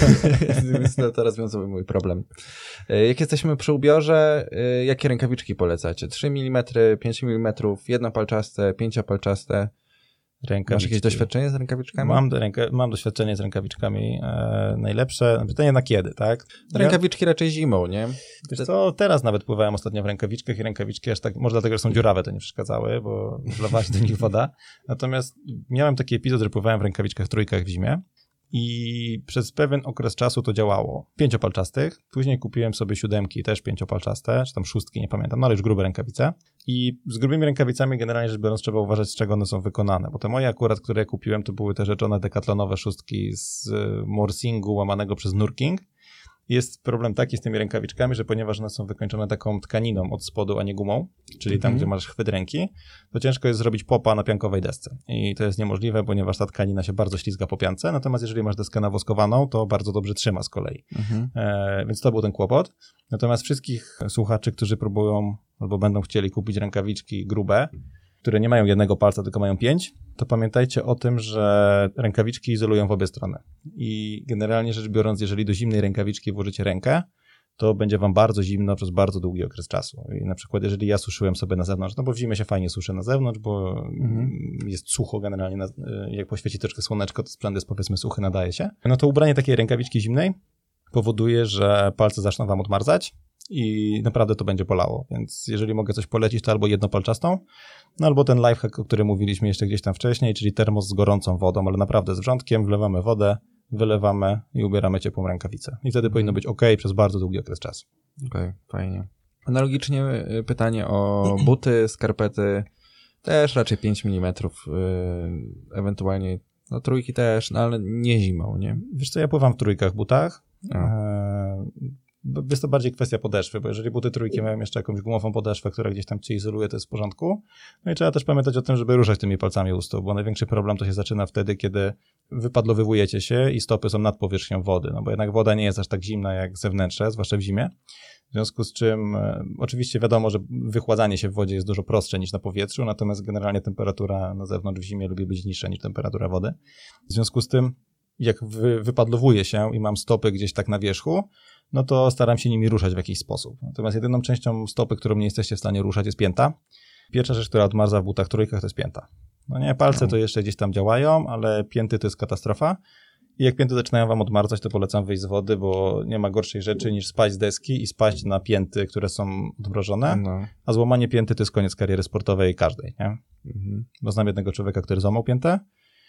więc to rozwiązuje mój problem. Jak jesteśmy przy ubiorze, jakie rękawiczki polecacie? trzy milimetry, pięć milimetrów, jednopalczaste, pięciopalczaste? Rękawiczki. Masz jakieś doświadczenie z rękawiczkami? Mam, ręka- mam doświadczenie z rękawiczkami. E, najlepsze, pytanie na kiedy, tak? Rękawiczki ja... raczej zimą, nie? Wiesz co, teraz nawet pływałem ostatnio w rękawiczkach i rękawiczki aż tak, może dlatego, że są dziurawe, to nie przeszkadzały, bo wlewała się do nich woda. Natomiast miałem taki epizod, że pływałem w rękawiczkach trójkach w zimie. I przez pewien okres czasu to działało. Pięciopalczastych, później kupiłem sobie siódemki, też pięciopalczaste, czy tam szóstki, nie pamiętam, no ale już grube rękawice. I z grubymi rękawicami generalnie rzecz biorąc trzeba uważać, z czego one są wykonane, bo te moje akurat, które ja kupiłem, to były te rzeczone dekatlonowe szóstki z morsingu łamanego przez nurking. Jest problem taki z tymi rękawiczkami, że ponieważ one są wykończone taką tkaniną od spodu, a nie gumą, czyli tam, mm-hmm. gdzie masz chwyt ręki, to ciężko jest zrobić popa na piankowej desce. I to jest niemożliwe, ponieważ ta tkanina się bardzo ślizga po piance, natomiast jeżeli masz deskę nawoskowaną, to bardzo dobrze trzyma z kolei. Mm-hmm. E, więc to był ten kłopot. Natomiast wszystkich słuchaczy, którzy próbują albo będą chcieli kupić rękawiczki grube, które nie mają jednego palca, tylko mają pięć, to pamiętajcie o tym, że rękawiczki izolują w obie strony. I generalnie rzecz biorąc, jeżeli do zimnej rękawiczki włożycie rękę, to będzie wam bardzo zimno przez bardzo długi okres czasu. I na przykład jeżeli ja suszyłem sobie na zewnątrz, no bo w zimie się fajnie suszy na zewnątrz, bo mhm. jest sucho generalnie, na, jak poświeci troszkę słoneczko, to sprzęt jest powiedzmy suchy, nadaje się. No to ubranie takiej rękawiczki zimnej powoduje, że palce zaczną wam odmarzać i naprawdę to będzie bolało. Więc jeżeli mogę coś polecić, to albo jednopalczastą, no albo ten lifehack, o którym mówiliśmy jeszcze gdzieś tam wcześniej, czyli termos z gorącą wodą, ale naprawdę z wrzątkiem, wlewamy wodę, wylewamy i ubieramy ciepłą rękawicę. I wtedy powinno być ok przez bardzo długi okres czasu. Okej, okay, fajnie. Analogicznie pytanie o buty, skarpety, też raczej pięć milimetrów, yy, ewentualnie no trójki też, no ale nie zimą, nie? Wiesz co, ja pływam w trójkach butach. E, jest to bardziej kwestia podeszwy, bo jeżeli buty trójki mają jeszcze jakąś gumową podeszwę, która gdzieś tam cię izoluje, to jest w porządku. No i trzeba też pamiętać o tym, żeby ruszać tymi palcami u stóp, bo największy problem to się zaczyna wtedy, kiedy wypadlowywujecie się i stopy są nad powierzchnią wody, no bo jednak woda nie jest aż tak zimna jak zewnętrzne, zwłaszcza w zimie. W związku z czym e, oczywiście wiadomo, że wychładzanie się w wodzie jest dużo prostsze niż na powietrzu, natomiast generalnie temperatura na zewnątrz w zimie lubi być niższa niż temperatura wody. W związku z tym, jak wy, wypadlowuję się i mam stopy gdzieś tak na wierzchu, no to staram się nimi ruszać w jakiś sposób. Natomiast jedyną częścią stopy, którą nie jesteście w stanie ruszać, jest pięta. Pierwsza rzecz, która odmarza w butach trójkach, to jest pięta. No nie, palce to jeszcze gdzieś tam działają, ale pięty to jest katastrofa. I jak pięty zaczynają wam odmarzać, to polecam wyjść z wody, bo nie ma gorszej rzeczy niż spaść z deski i spaść na pięty, które są odmrożone, no. A złamanie pięty to jest koniec kariery sportowej każdej, nie? Mhm. Bo znam jednego człowieka, który złamał piętę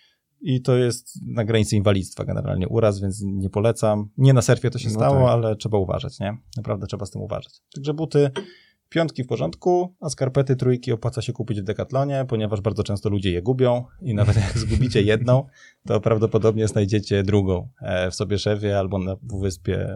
i to jest na granicy inwalidztwa generalnie uraz, więc nie polecam. Nie na surfie to się no stało, tak. Ale trzeba uważać, nie? Naprawdę trzeba z tym uważać. Także buty, piątki w porządku, a skarpety trójki opłaca się kupić w Decathlonie, ponieważ bardzo często ludzie je gubią i nawet jak zgubicie jedną, to prawdopodobnie znajdziecie drugą w Sobieszewie albo na Półwyspie.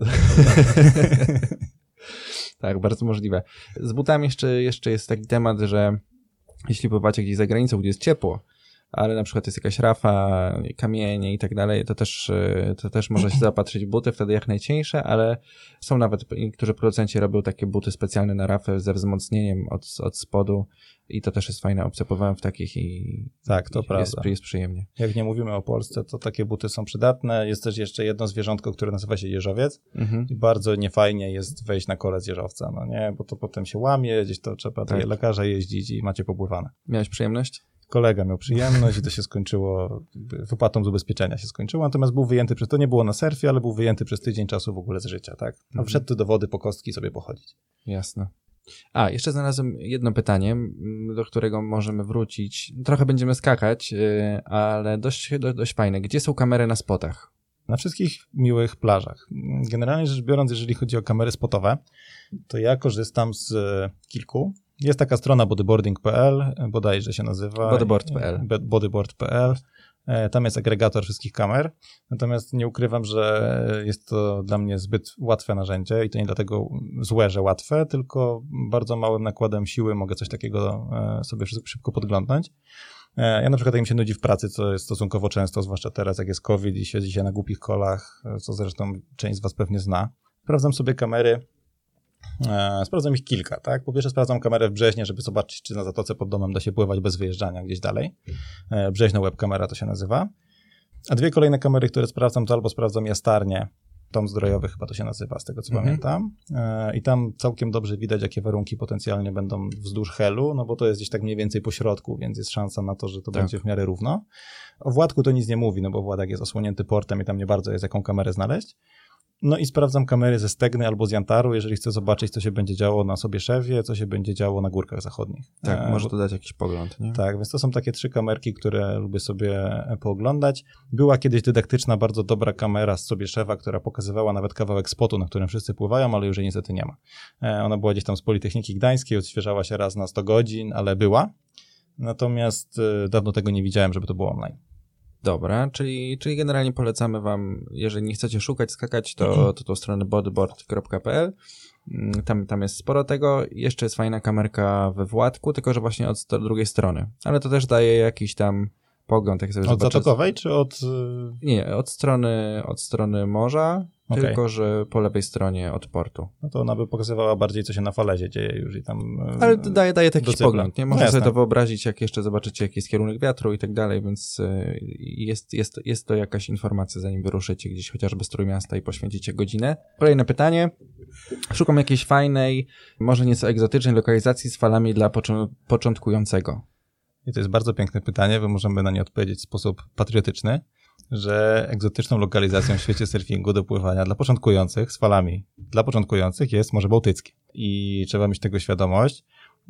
Tak, bardzo możliwe. Z butami jeszcze, jeszcze jest taki temat, że jeśli pływacie gdzieś za granicą, gdzie jest ciepło, ale na przykład jest jakaś rafa, kamienie i tak dalej, to też, to też można się zaopatrzyć w buty, wtedy jak najcieńsze, ale są nawet, niektórzy producenci robią takie buty specjalne na rafę ze wzmocnieniem od, od spodu i to też jest fajna opcja, pływałem w takich i tak, to i prawda. Jest, jest przyjemnie. Jak nie mówimy o Polsce, to takie buty są przydatne. Jest też jeszcze jedno zwierzątko, które nazywa się jeżowiec mhm. i bardzo niefajnie jest wejść na kole z jeżowca, no nie, bo to potem się łamie, gdzieś to trzeba tak. do lekarza jeździć i macie popływane. Miałeś przyjemność? Kolega miał przyjemność i to się skończyło, wypłatą z ubezpieczenia się skończyło, natomiast był wyjęty przez, to nie było na surfie, ale był wyjęty przez tydzień czasu w ogóle z życia, tak? A mhm. wszedł do wody po kostki sobie pochodzić. Jasne. A, jeszcze znalazłem jedno pytanie, do którego możemy wrócić. Trochę będziemy skakać, ale dość, dość fajne. Gdzie są kamery na spotach? Na wszystkich miłych plażach. Generalnie rzecz biorąc, jeżeli chodzi o kamery spotowe, to ja korzystam z kilku. Jest taka strona bodyboarding kropka p l, bodajże się nazywa. bodyboard kropka p l. bodyboard kropka p l. Tam jest agregator wszystkich kamer, natomiast nie ukrywam, że jest to dla mnie zbyt łatwe narzędzie i to nie dlatego złe, że łatwe, tylko bardzo małym nakładem siły mogę coś takiego sobie szybko podglądnąć. Ja na przykład jak mi się nudzi w pracy, co jest stosunkowo często, zwłaszcza teraz jak jest COVID i siedzi się na głupich kolach, co zresztą część z was pewnie zna. Sprawdzam sobie kamery, e, sprawdzam ich kilka, tak? Po pierwsze sprawdzam kamerę w Brzeźnie, żeby zobaczyć, czy na zatoce pod domem da się pływać bez wyjeżdżania gdzieś dalej. E, Brzeźna webkamera to się nazywa. A dwie kolejne kamery, które sprawdzam, to albo sprawdzam jastarnie, Tom Zdrojowy chyba to się nazywa, z tego co mhm. pamiętam. E, I tam całkiem dobrze widać, jakie warunki potencjalnie będą wzdłuż helu, no bo to jest gdzieś tak mniej więcej po środku, więc jest szansa na to, że to tak. będzie w miarę równo. O Władku to nic nie mówi, no bo Władek jest osłonięty portem i tam nie bardzo jest jaką kamerę znaleźć. No i sprawdzam kamery ze Stegny albo z Jantaru, jeżeli chcę zobaczyć, co się będzie działo na Sobieszewie, co się będzie działo na Górkach Zachodnich. Tak, e, może bo... to dać jakiś pogląd, nie? Tak, więc to są takie trzy kamerki, które lubię sobie pooglądać. Była kiedyś dydaktyczna, bardzo dobra kamera z Sobieszewa, która pokazywała nawet kawałek spotu, na którym wszyscy pływają, ale już jej niestety nie ma. E, ona była gdzieś tam z Politechniki Gdańskiej, odświeżała się raz na sto godzin, ale była. Natomiast e, dawno tego nie widziałem, żeby to było online. Dobra, czyli, czyli generalnie polecamy wam, jeżeli nie chcecie szukać, skakać, to, to tą stronę bodyboard kropka p l. Tam, tam jest sporo tego. Jeszcze jest fajna kamerka we Władku, tylko że właśnie od st- drugiej strony. Ale to też daje jakiś tam pogląd. Jak sobie od zobaczy... Zatokowej, czy od... Nie, od strony, od strony morza, okay. tylko że po lewej stronie od portu. No to ona by pokazywała bardziej, co się na Falezie dzieje już i tam... Ale daje, daje taki pogląd, nie? Można no sobie to wyobrazić, jak jeszcze zobaczycie, jaki jest kierunek wiatru i tak dalej, więc jest, jest, jest to jakaś informacja, zanim wyruszycie gdzieś chociażby z Trójmiasta i poświęcicie godzinę. Kolejne pytanie. Szukam jakiejś fajnej, może nieco egzotycznej lokalizacji z falami dla począ- początkującego. I to jest bardzo piękne pytanie, bo możemy na nie odpowiedzieć w sposób patriotyczny, że egzotyczną lokalizacją w świecie surfingu do pływania dla początkujących z falami, dla początkujących jest Morze Bałtyckie. I trzeba mieć tego świadomość.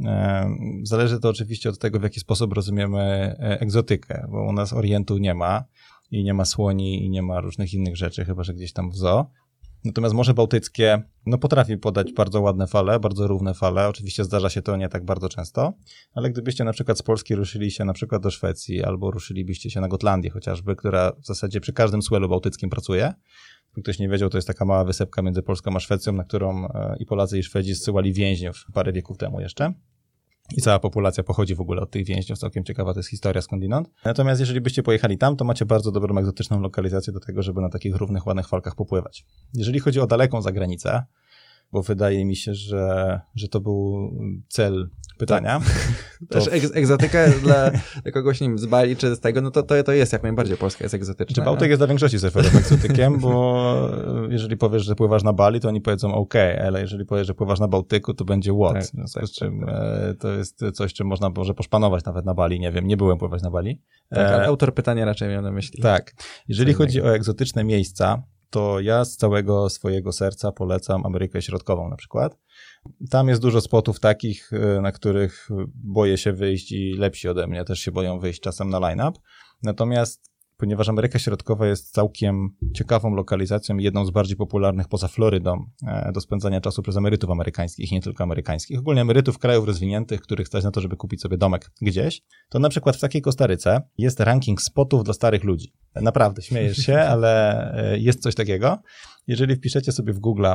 Zależy to oczywiście od tego, w jaki sposób rozumiemy egzotykę, bo u nas Orientu nie ma i nie ma słoni i nie ma różnych innych rzeczy, chyba że gdzieś tam w zoo. Natomiast Morze Bałtyckie no, potrafi podać bardzo ładne fale, bardzo równe fale. Oczywiście zdarza się to nie tak bardzo często, ale gdybyście na przykład z Polski ruszyli się na przykład do Szwecji albo ruszylibyście się na Gotlandię chociażby, która w zasadzie przy każdym swellu bałtyckim pracuje. Gdyby ktoś nie wiedział, to jest taka mała wysepka między Polską a Szwecją, na którą i Polacy i Szwedzi zsyłali więźniów parę wieków temu jeszcze. I cała populacja pochodzi w ogóle od tych więźniów. Całkiem ciekawa to jest historia skądinąd. Natomiast jeżeli byście pojechali tam, to macie bardzo dobrą egzotyczną lokalizację do tego, żeby na takich równych, ładnych falkach popływać. Jeżeli chodzi o daleką zagranicę, bo wydaje mi się, że, że to był cel pytania. Tak. Też egz- egzotyka dla kogoś, nie wiem, z Bali czy z tego, no to, to, to jest jak najbardziej Polska jest egzotyczna. Czy Bałtyk no? jest dla większości surferów egzotykiem, bo jeżeli powiesz, że pływasz na Bali, to oni powiedzą OK, ale jeżeli powiesz, że pływasz na Bałtyku, to będzie what? Tak, w związku tak, z czym tak, tak. to jest coś, czym można może poszpanować nawet na Bali, nie wiem, nie byłem pływać na Bali. Tak, ale autor pytania raczej miał na myśli. Tak. Jeżeli chodzi o egzotyczne miejsca, to ja z całego swojego serca polecam Amerykę Środkową na przykład. Tam jest dużo spotów takich, na których boję się wyjść i lepsi ode mnie też się boją wyjść czasem na line-up. Natomiast ponieważ Ameryka Środkowa jest całkiem ciekawą lokalizacją i jedną z bardziej popularnych poza Florydą do spędzania czasu przez emerytów amerykańskich i nie tylko amerykańskich, ogólnie emerytów krajów rozwiniętych, których stać na to, żeby kupić sobie domek gdzieś, to na przykład w takiej Kostaryce jest ranking spotów dla starych ludzi. Naprawdę, śmiejesz się, ale jest coś takiego. Jeżeli wpiszecie sobie w Google'a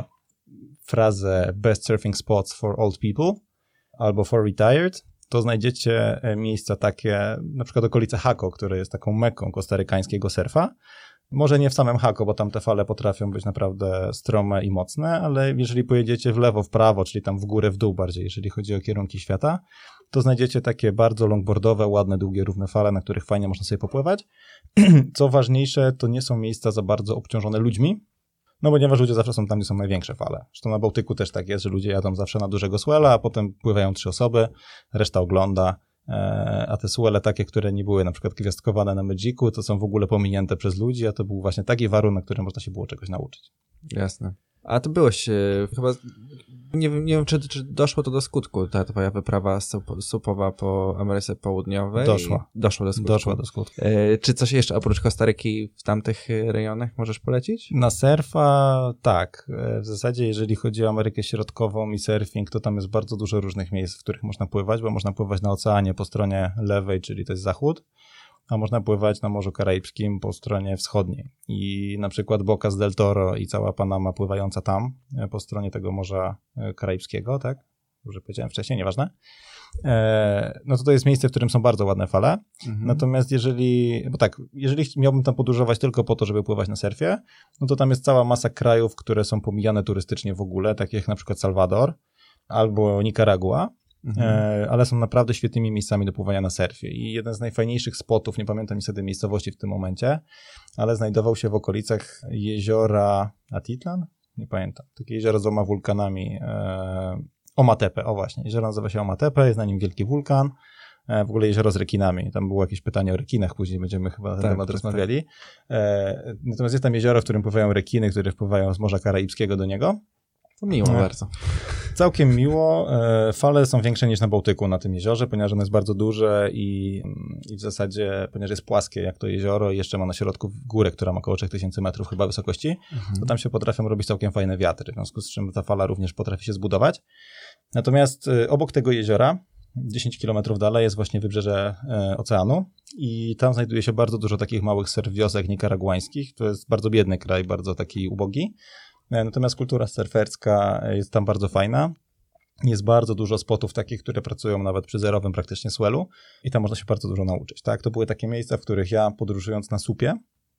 frazę Best Surfing Spots for Old People albo for Retired, to znajdziecie miejsca takie, na przykład okolice Hako, które jest taką mekką kostarykańskiego surfa. Może nie w samym Hako, bo tam te fale potrafią być naprawdę strome i mocne, ale jeżeli pojedziecie w lewo, w prawo, czyli tam w górę, w dół bardziej, jeżeli chodzi o kierunki świata, to znajdziecie takie bardzo longboardowe, ładne, długie, równe fale, na których fajnie można sobie popływać. Co ważniejsze, to nie są miejsca za bardzo obciążone ludźmi, no ponieważ ludzie zawsze są tam, gdzie są największe fale. Zresztą na Bałtyku też tak jest, że ludzie jadą zawsze na dużego swella, a potem pływają trzy osoby, reszta ogląda, a te swelle takie, które nie były na przykład gwiazdkowane na Magicu, to są w ogóle pominięte przez ludzi, a to był właśnie taki warunek, na którym można się było czegoś nauczyć. Jasne. A ty byłeś e, chyba, nie wiem, nie wiem czy, czy doszło to do skutku, ta twoja wyprawa sup- supowa po Ameryce Południowej? Doszła. Doszło do skutku. Doszła do skutku. E, czy coś jeszcze oprócz Kostaryki w tamtych rejonach możesz polecić? Na surfa tak. W zasadzie jeżeli chodzi o Amerykę Środkową i surfing, to tam jest bardzo dużo różnych miejsc, w których można pływać, bo można pływać na oceanie po stronie lewej, czyli to jest zachód, a można pływać na Morzu Karaibskim po stronie wschodniej. I na przykład Bocas del Toro i cała Panama pływająca tam, po stronie tego Morza Karaibskiego, tak? Dobrze powiedziałem wcześniej, nieważne. E, no to to jest miejsce, w którym są bardzo ładne fale. Mhm. Natomiast jeżeli, bo tak, jeżeli miałbym tam podróżować tylko po to, żeby pływać na surfie, no to tam jest cała masa krajów, które są pomijane turystycznie w ogóle, takich jak na przykład Salwador albo Nikaragua. Mhm. E, ale są naprawdę świetnymi miejscami do pływania na surfie i jeden z najfajniejszych spotów, nie pamiętam niestety miejscowości w tym momencie, ale znajdował się w okolicach jeziora Atitlan? Nie pamiętam. Takie jezioro z dwoma wulkanami. E, Omatepe, o właśnie. Jezioro nazywa się Omatepe, jest na nim wielki wulkan. w ogóle jezioro z rekinami. Tam było jakieś pytanie o rekinach, później będziemy chyba na ten tak, temat tak, rozmawiali. Tak. Natomiast jest tam jezioro, w którym pływają rekiny, które wpływają z Morza Karaibskiego do niego. To miło no. bardzo. Całkiem miło. Fale są większe niż na Bałtyku na tym jeziorze, ponieważ ono jest bardzo duże i, i w zasadzie, ponieważ jest płaskie jak to jezioro i jeszcze ma na środku górę, która ma około trzy tysiące metrów chyba wysokości, mhm. to tam się potrafią robić całkiem fajne wiatry, w związku z czym ta fala również potrafi się zbudować. Natomiast obok tego jeziora, dziesięć kilometrów dalej, jest właśnie wybrzeże e, oceanu i tam znajduje się bardzo dużo takich małych surf wiosek nikaraguańskich. To jest bardzo biedny kraj, bardzo taki ubogi. Natomiast kultura surferska jest tam bardzo fajna. Jest bardzo dużo spotów takich, które pracują nawet przy zerowym praktycznie swellu i tam można się bardzo dużo nauczyć. Tak? To były takie miejsca, w których ja podróżując na supie,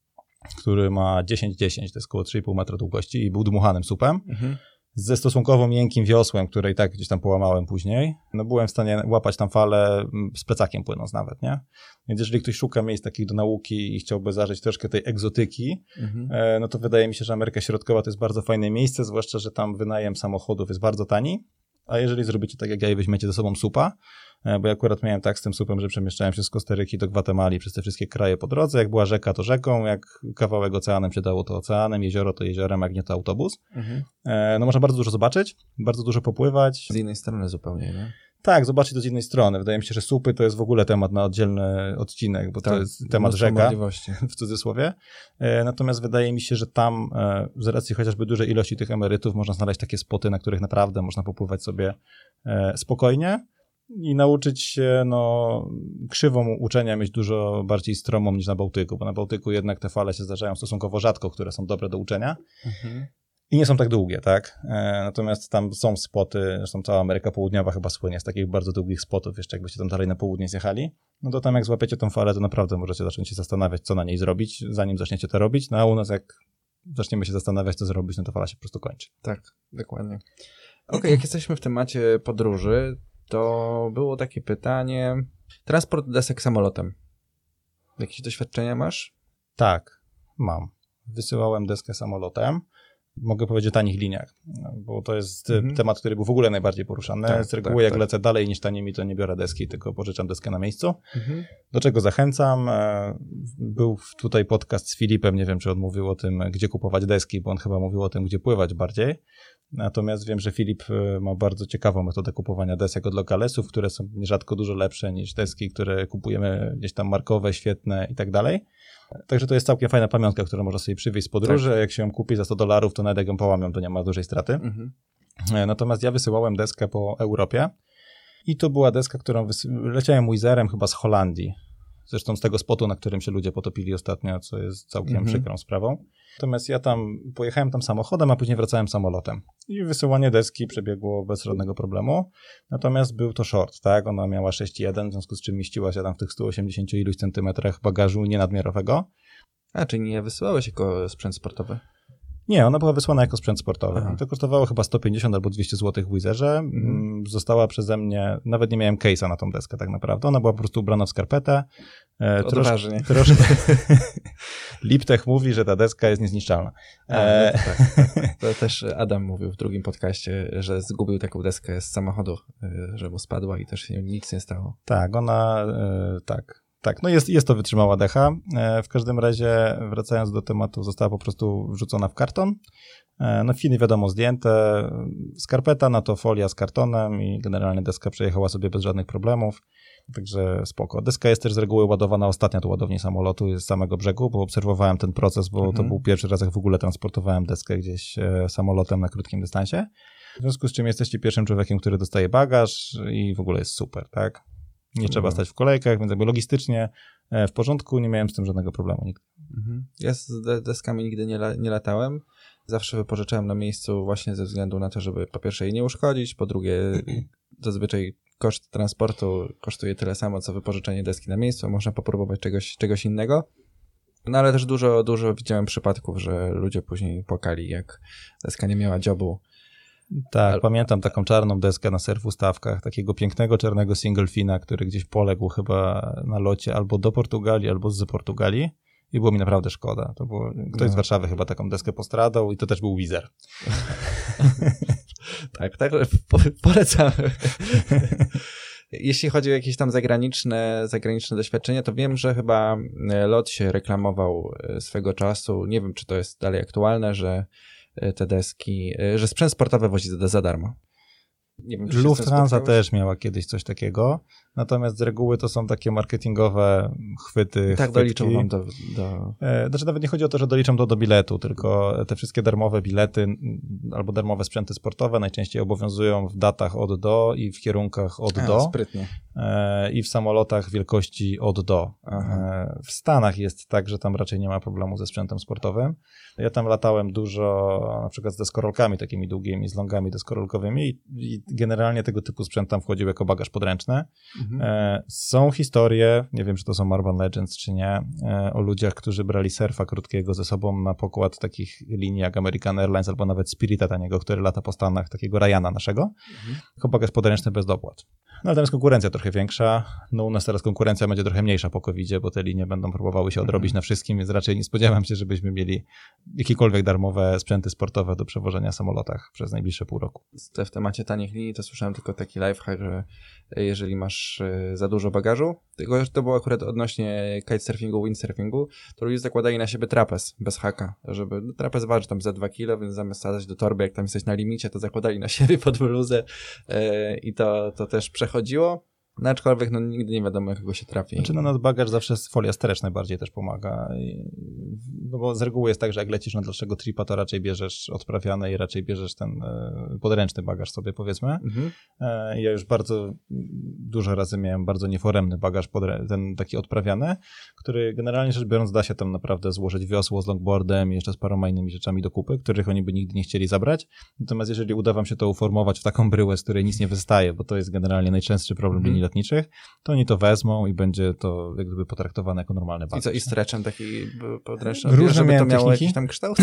który ma dziesięć dziesięć, to jest około trzy i pół metra długości i był dmuchanym supem, mhm. ze stosunkowo miękkim wiosłem, które i tak gdzieś tam połamałem później, no byłem w stanie łapać tam falę z plecakiem płynąc nawet, nie? Więc jeżeli ktoś szuka miejsc takich do nauki i chciałby zażyć troszkę tej egzotyki, mhm. no to wydaje mi się, że Ameryka Środkowa to jest bardzo fajne miejsce, zwłaszcza, że tam wynajem samochodów jest bardzo tani, a jeżeli zrobicie tak jak ja i weźmiecie ze sobą supa, bo ja akurat miałem tak z tym supem, że przemieszczałem się z Kostaryki do Gwatemali przez te wszystkie kraje po drodze, jak była rzeka to rzeką, jak kawałek oceanem się dało to oceanem, jezioro to jeziorem, jak nie to autobus. Mhm. No można bardzo dużo zobaczyć, bardzo dużo popływać. Z innej strony zupełnie, nie? Tak, zobaczyć to z innej strony. Wydaje mi się, że supy to jest w ogóle temat na oddzielny odcinek, bo tak, to jest temat rzeka, w cudzysłowie. Natomiast wydaje mi się, że tam z racji chociażby dużej ilości tych emerytów można znaleźć takie spoty, na których naprawdę można popływać sobie spokojnie i nauczyć się no, krzywą uczenia mieć dużo bardziej stromą niż na Bałtyku, bo na Bałtyku jednak te fale się zdarzają stosunkowo rzadko, które są dobre do uczenia. Mhm. I nie są tak długie, tak? E, natomiast tam są spoty, zresztą cała Ameryka Południowa chyba słynie z takich bardzo długich spotów, jeszcze jakbyście tam dalej na południe zjechali, no to tam jak złapiecie tą falę, to naprawdę możecie zacząć się zastanawiać, co na niej zrobić, zanim zaczniecie to robić, no a u nas jak zaczniemy się zastanawiać, co zrobić, no to fala się po prostu kończy. Tak, dokładnie. Okej, okay, jak jesteśmy w temacie podróży, to było takie pytanie, transport desek samolotem. Jakieś doświadczenia masz? Tak, mam. Wysyłałem deskę samolotem. Mogę powiedzieć o tanich liniach, bo to jest mhm. temat, który był w ogóle najbardziej poruszany. Tak, z reguły tak, jak tak. lecę dalej niż tanimi, to nie biorę deski, tylko pożyczam deskę na miejscu. Mhm. Do czego zachęcam. Był tutaj podcast z Filipem, nie wiem, czy on mówił o tym, gdzie kupować deski, bo on chyba mówił o tym, gdzie pływać bardziej. Natomiast wiem, że Filip ma bardzo ciekawą metodę kupowania desek od lokalesów, które są nierzadko dużo lepsze niż deski, które kupujemy gdzieś tam markowe, świetne i tak dalej. Także to jest całkiem fajna pamiątka, którą można sobie przywieźć z podróży. Tak. Jak się ją kupi za sto dolarów, to nawet jak ją połamią, to nie ma dużej straty. Mhm. Natomiast ja wysyłałem deskę po Europie i to była deska, którą wysy... leciałem Wizerem chyba z Holandii. Zresztą z tego spotu, na którym się ludzie potopili ostatnio, co jest całkiem mhm. przykrą sprawą. Natomiast ja tam pojechałem tam samochodem, a później wracałem samolotem. I wysyłanie deski przebiegło bez żadnego problemu. Natomiast był to short, tak? Ona miała sześć jeden, w związku z czym mieściła się tam w tych stu osiemdziesięciu iluś centymetrach bagażu nienadmiarowego. A, czyli nie wysyłałeś jako sprzęt sportowy? Nie, ona była wysłana jako sprzęt sportowy. Aha. To kosztowało chyba sto pięćdziesiąt albo dwieście złotych w Wizerze. Mhm. Została przeze mnie, nawet nie miałem case'a na tą deskę tak naprawdę. Ona była po prostu ubrana w skarpetę. Odważnie. Troszkę. Liptech mówi, że ta deska jest niezniszczalna. A, no to, tak, tak. To też Adam mówił w drugim podcaście, że zgubił taką deskę z samochodu, że mu spadła i też się nic nie stało. Tak, ona, tak. Tak, no jest, jest to wytrzymała decha. W każdym razie, wracając do tematu, została po prostu wrzucona w karton. No finy wiadomo zdjęte, skarpeta, na to folia z kartonem i generalnie deska przejechała sobie bez żadnych problemów. Także spoko. Deska jest też z reguły ładowana ostatnia do ładowni samolotu, jest z samego brzegu, bo obserwowałem ten proces, bo mhm. to był pierwszy raz, jak w ogóle transportowałem deskę gdzieś e, samolotem na krótkim dystansie. W związku z czym jesteście pierwszym człowiekiem, który dostaje bagaż i w ogóle jest super, tak? Nie mhm. trzeba stać w kolejkach, więc jakby logistycznie e, w porządku, nie miałem z tym żadnego problemu nigdy. Mhm. Ja z de- deskami nigdy nie, la- nie latałem. Zawsze wypożyczałem na miejscu właśnie ze względu na to, żeby po pierwsze jej nie uszkodzić, po drugie zazwyczaj koszt transportu kosztuje tyle samo, co wypożyczenie deski na miejscu, można popróbować czegoś, czegoś innego. No ale też dużo, dużo widziałem przypadków, że ludzie później płakali, jak deska nie miała dziobu. Tak, Al... pamiętam taką czarną deskę na surf ustawkach, takiego pięknego czarnego singlefina, który gdzieś poległ chyba na locie albo do Portugalii, albo z Portugalii. I było mi naprawdę szkoda. To było, ktoś no. z Warszawy chyba taką deskę postradał i to też był Wizer. Tak, tak, po, polecamy. Jeśli chodzi o jakieś tam zagraniczne, zagraniczne doświadczenia, to wiem, że chyba LOT się reklamował swego czasu, nie wiem, czy to jest dalej aktualne, że te deski, że sprzęt sportowy wozi za, za darmo. Nie wiem, czy Lufthansa też miała kiedyś coś takiego, natomiast z reguły to są takie marketingowe chwyty. Tak, doliczą wam do... do... E, znaczy nawet nie chodzi o to, że doliczą to do biletu, tylko te wszystkie darmowe bilety albo darmowe sprzęty sportowe najczęściej obowiązują w datach od do i w kierunkach od A, do. Sprytnie. E, I w samolotach wielkości od do. E, w Stanach jest tak, że tam raczej nie ma problemu ze sprzętem sportowym. Ja tam latałem dużo na przykład z deskorolkami takimi długimi, z longami deskorolkowymi i, i generalnie tego typu sprzęt tam wchodził jako bagaż podręczny. Mhm. E, są historie, nie wiem, czy to są Urban Legends, czy nie, e, o ludziach, którzy brali surfa krótkiego ze sobą na pokład takich linii jak American Airlines albo nawet Spirita taniego, który lata po Stanach, takiego Ryana naszego, mhm. jako bagaż podręczny bez dopłat. No ale tam jest konkurencja trochę większa. No u nas teraz konkurencja będzie trochę mniejsza po kowidzie, bo te linie będą próbowały się odrobić mhm. na wszystkim, więc raczej nie spodziewam się, żebyśmy mieli jakiekolwiek darmowe sprzęty sportowe do przewożenia w samolotach przez najbliższe pół roku. W temacie tanich linii to słyszałem tylko taki lifehack, że jeżeli masz za dużo bagażu, tylko że to było akurat odnośnie kitesurfingu, windsurfingu, to ludzie zakładali na siebie trapez bez haka, żeby no, trapez waży tam za dwa kilo, więc zamiast sadzać do torby, jak tam jesteś na limicie, to zakładali na siebie pod bluzę yy, i to, to też przechodziło. No, aczkolwiek no, nigdy nie wiadomo, jakiego się trafi. Znaczy no, na bagaż zawsze folia stretch najbardziej też pomaga. I, no bo z reguły jest tak, że jak lecisz na dłuższego tripa, to raczej bierzesz odprawiane i raczej bierzesz ten e, podręczny bagaż sobie, powiedzmy. Mhm. E, ja już bardzo dużo razy miałem bardzo nieforemny bagaż, podrę- ten taki odprawiany, który generalnie rzecz biorąc da się tam naprawdę złożyć wiosło z longboardem i jeszcze z paroma innymi rzeczami do kupy, których oni by nigdy nie chcieli zabrać. Natomiast jeżeli uda wam się to uformować w taką bryłę, z której nic nie wystaje, bo to jest generalnie najczęstszy problem linii mhm. lotniczych, to oni to wezmą i będzie to jak gdyby potraktowane jako normalny bagaż. I co, i stretchem taki podręczny, Różne żeby to miało techniki. jakiś tam kształt?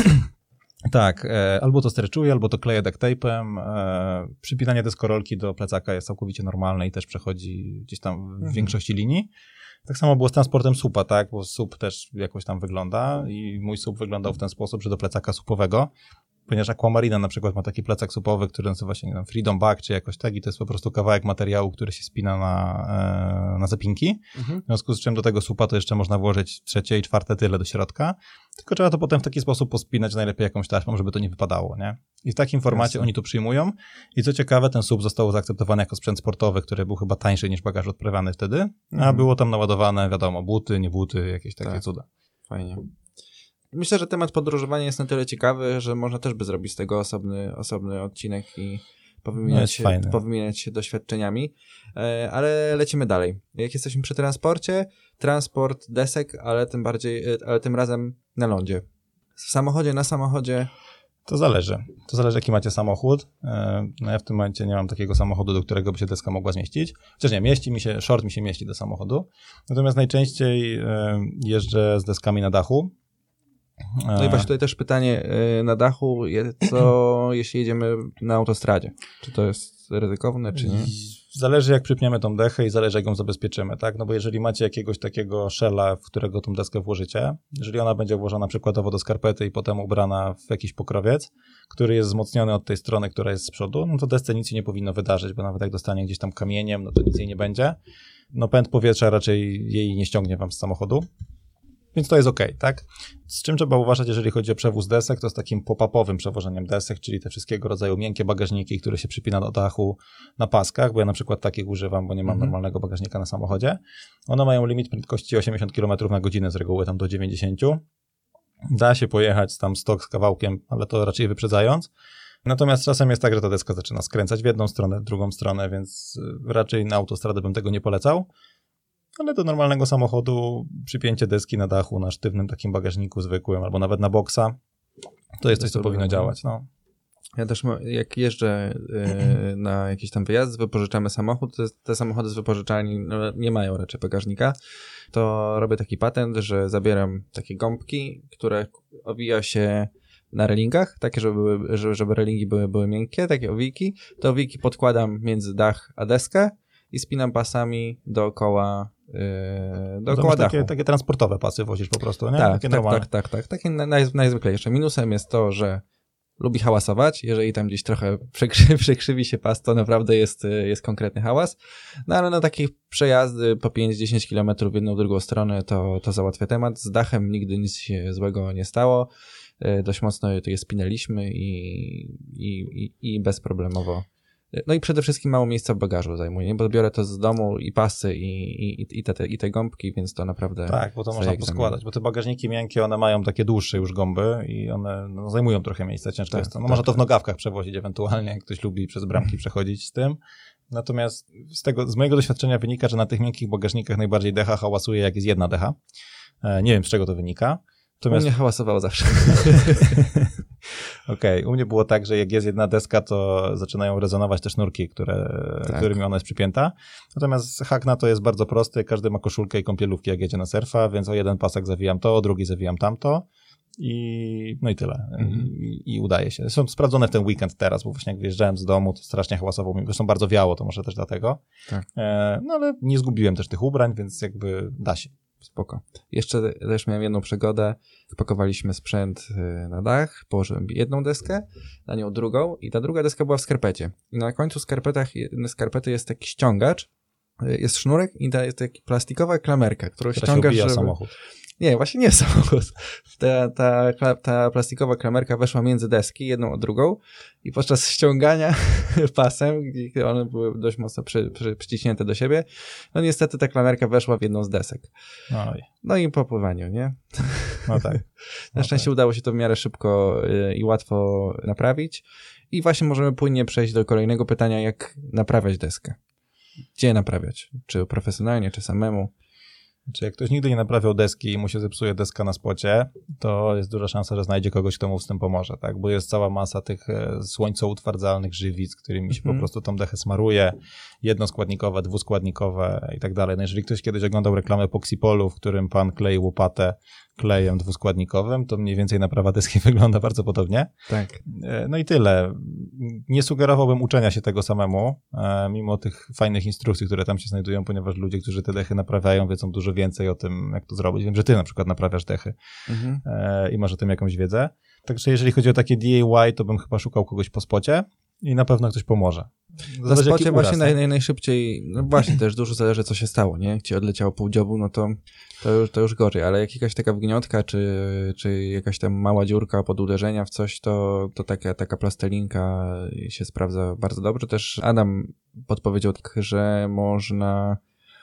Tak, e, albo to streczuje, albo to kleję duct tape'em. E, przypinanie deskorolki do plecaka jest całkowicie normalne i też przechodzi gdzieś tam w mhm. większości linii. Tak samo było z transportem supa, tak, bo sup też jakoś tam wygląda i mój sup wyglądał w ten sposób, że do plecaka supowego, ponieważ Aquamarina na przykład ma taki plecak supowy, który nazywa się nie wiem, Freedom Bag czy jakoś tak i to jest po prostu kawałek materiału, który się spina na, e, na zapinki. Mhm. W związku z czym do tego supa to jeszcze można włożyć trzecie i czwarte tyle do środka, tylko trzeba to potem w taki sposób pospinać najlepiej jakąś taśmą, żeby to nie wypadało, nie? I w takim formacie Jasne. Oni to przyjmują i co ciekawe, ten sup został zaakceptowany jako sprzęt sportowy, który był chyba tańszy niż bagaż odprawiany wtedy, mhm. a było tam naładowane, wiadomo, buty, nie buty, jakieś takie tak. cuda. Fajnie. Myślę, że temat podróżowania jest na tyle ciekawy, że można też by zrobić z tego osobny, osobny odcinek i powymieniać, no się, powymieniać się doświadczeniami, e, ale lecimy dalej. Jak jesteśmy przy transporcie, transport desek, ale tym bardziej, ale tym razem na lądzie. W samochodzie, na samochodzie... To zależy. To zależy, jaki macie samochód. No ja w tym momencie nie mam takiego samochodu, do którego by się deska mogła zmieścić. Chociaż nie, mieści mi się, short mi się mieści do samochodu. Natomiast najczęściej jeżdżę z deskami na dachu. No i właśnie tutaj też pytanie na dachu, co jeśli jedziemy na autostradzie? Czy to jest ryzykowne, czy nie? Zależy jak przypniemy tą dechę i zależy jak ją zabezpieczymy, tak? No bo jeżeli macie jakiegoś takiego szela, w którego tą deskę włożycie, jeżeli ona będzie włożona przykładowo do skarpety i potem ubrana w jakiś pokrowiec, który jest wzmocniony od tej strony, która jest z przodu, no to desce nic się nie powinno wydarzyć, bo nawet jak dostanie gdzieś tam kamieniem, no to nic jej nie będzie. No pęd powietrza raczej jej nie ściągnie wam z samochodu. Więc to jest okej, okay, tak? Z czym trzeba uważać, jeżeli chodzi o przewóz desek, to z takim pop-upowym przewożeniem desek, czyli te wszystkiego rodzaju miękkie bagażniki, które się przypina do dachu na paskach, bo ja na przykład takich używam, bo nie mam mhm. normalnego bagażnika na samochodzie. One mają limit prędkości osiemdziesiąt kilometrów na godzinę z reguły, tam do dziewięćdziesiąt. Da się pojechać tam sto z kawałkiem, ale to raczej wyprzedzając. Natomiast czasem jest tak, że ta deska zaczyna skręcać w jedną stronę, w drugą stronę, więc raczej na autostradę bym tego nie polecał. Ale do normalnego samochodu przypięcie deski na dachu, na sztywnym takim bagażniku zwykłym, albo nawet na boksa, to jest coś, co powinno działać. No. Ja też jak jeżdżę yy, na jakiś tam wyjazd, wypożyczamy samochód, te, te samochody z wypożyczalni no, nie mają raczej bagażnika, to robię taki patent, że zabieram takie gąbki, które owija się na relingach, takie, żeby, były, żeby, żeby relingi były, były miękkie, takie owijki, te owijki podkładam między dach a deskę i spinam pasami dookoła Yy, dookoła no dachu. Takie, takie transportowe pasy wozisz po prostu, nie? Tak, takie tak, tak, tak, tak, takie naj, najzwyklejsze. Minusem jest to, że lubi hałasować. Jeżeli tam gdzieś trochę przekrzy, przekrzywi się pas, to naprawdę jest, jest konkretny hałas. No ale na takich przejazdy po pięć do dziesięciu kilometrów w jedną, drugą stronę to, to załatwia temat. Z dachem nigdy nic się złego nie stało. Dość mocno je spinaliśmy i, i, i, i bezproblemowo. No i przede wszystkim mało miejsca w bagażu zajmuje, bo biorę to z domu i pasy i, i, i, te, i te gąbki, więc to naprawdę... Tak, bo to można poskładać, bo te bagażniki miękkie, one mają takie dłuższe już gąby i one no, zajmują trochę miejsca, ciężko tak, jest to. No tak, można to w nogawkach przewozić ewentualnie, jak ktoś lubi przez bramki przechodzić z tym. Natomiast z tego, z mojego doświadczenia wynika, że na tych miękkich bagażnikach najbardziej decha hałasuje, jak jest jedna decha. Nie wiem, z czego to wynika. Natomiast... U mnie hałasowało zawsze. Okej, okay. U mnie było tak, że jak jest jedna deska, to zaczynają rezonować te sznurki, które, tak. którymi ona jest przypięta. Natomiast hak na to jest bardzo prosty. Każdy ma koszulkę i kąpielówki, jak jedzie na surfa, więc o jeden pasek zawijam to, o drugi zawijam tamto i no i tyle. Mhm. I, I udaje się. Są sprawdzone w ten weekend teraz, bo właśnie jak wyjeżdżałem z domu, to strasznie hałasowało mi. Zresztą bardzo wiało, to może też dlatego. Tak. E, no ale nie zgubiłem też tych ubrań, więc jakby da się. Spoko. Jeszcze też miałem jedną przygodę. Pakowaliśmy sprzęt na dach, położyłem jedną deskę, na nią drugą i ta druga deska była w skarpecie. I na końcu skarpetach, na skarpety jest taki ściągacz, jest sznurek i ta jest taka plastikowa klamerka, którą Która ściągasz, się żeby... samochód. Nie, właśnie nie samochód. Ta, ta, ta plastikowa klamerka weszła między deski, jedną a drugą i podczas ściągania pasem, gdzie one były dość mocno przy, przy, przyciśnięte do siebie, no niestety ta klamerka weszła w jedną z desek. Oj. No i po pływaniu, nie? No tak. Na szczęście no tak. Udało się to w miarę szybko i łatwo naprawić i właśnie możemy płynnie przejść do kolejnego pytania, jak naprawiać deskę. Gdzie naprawiać? Czy profesjonalnie, czy samemu? Czy jak ktoś nigdy nie naprawiał deski i mu się zepsuje deska na spocie, to jest duża szansa, że znajdzie kogoś, kto mu z tym pomoże, tak? Bo jest cała masa tych słońcoutwardzalnych żywic, którymi się mm. po prostu tą dechę smaruje, jednoskładnikowe, dwuskładnikowe i tak dalej. No jeżeli ktoś kiedyś oglądał reklamę Epoxipolu, w którym pan klei łopatę klejem dwuskładnikowym, to mniej więcej naprawa deski wygląda bardzo podobnie. Tak. No i tyle. Nie sugerowałbym uczenia się tego samemu, mimo tych fajnych instrukcji, które tam się znajdują, ponieważ ludzie, którzy te dechy naprawiają, wiedzą dużo więcej o tym, jak to zrobić. Wiem, że ty na przykład naprawiasz dechy mhm. i masz o tym jakąś wiedzę. Także jeżeli chodzi o takie D I Y, to bym chyba szukał kogoś po spocie i na pewno ktoś pomoże. Na spocie właśnie naj, naj, najszybciej, no właśnie też dużo zależy, co się stało, nie? Jak ci odleciało pół dziobu, no to, to, już, to już gorzej, ale jak jakaś taka wgniotka, czy, czy jakaś tam mała dziurka pod uderzenia w coś, to, to taka, taka plastelinka się sprawdza bardzo dobrze. Też Adam podpowiedział tak, że można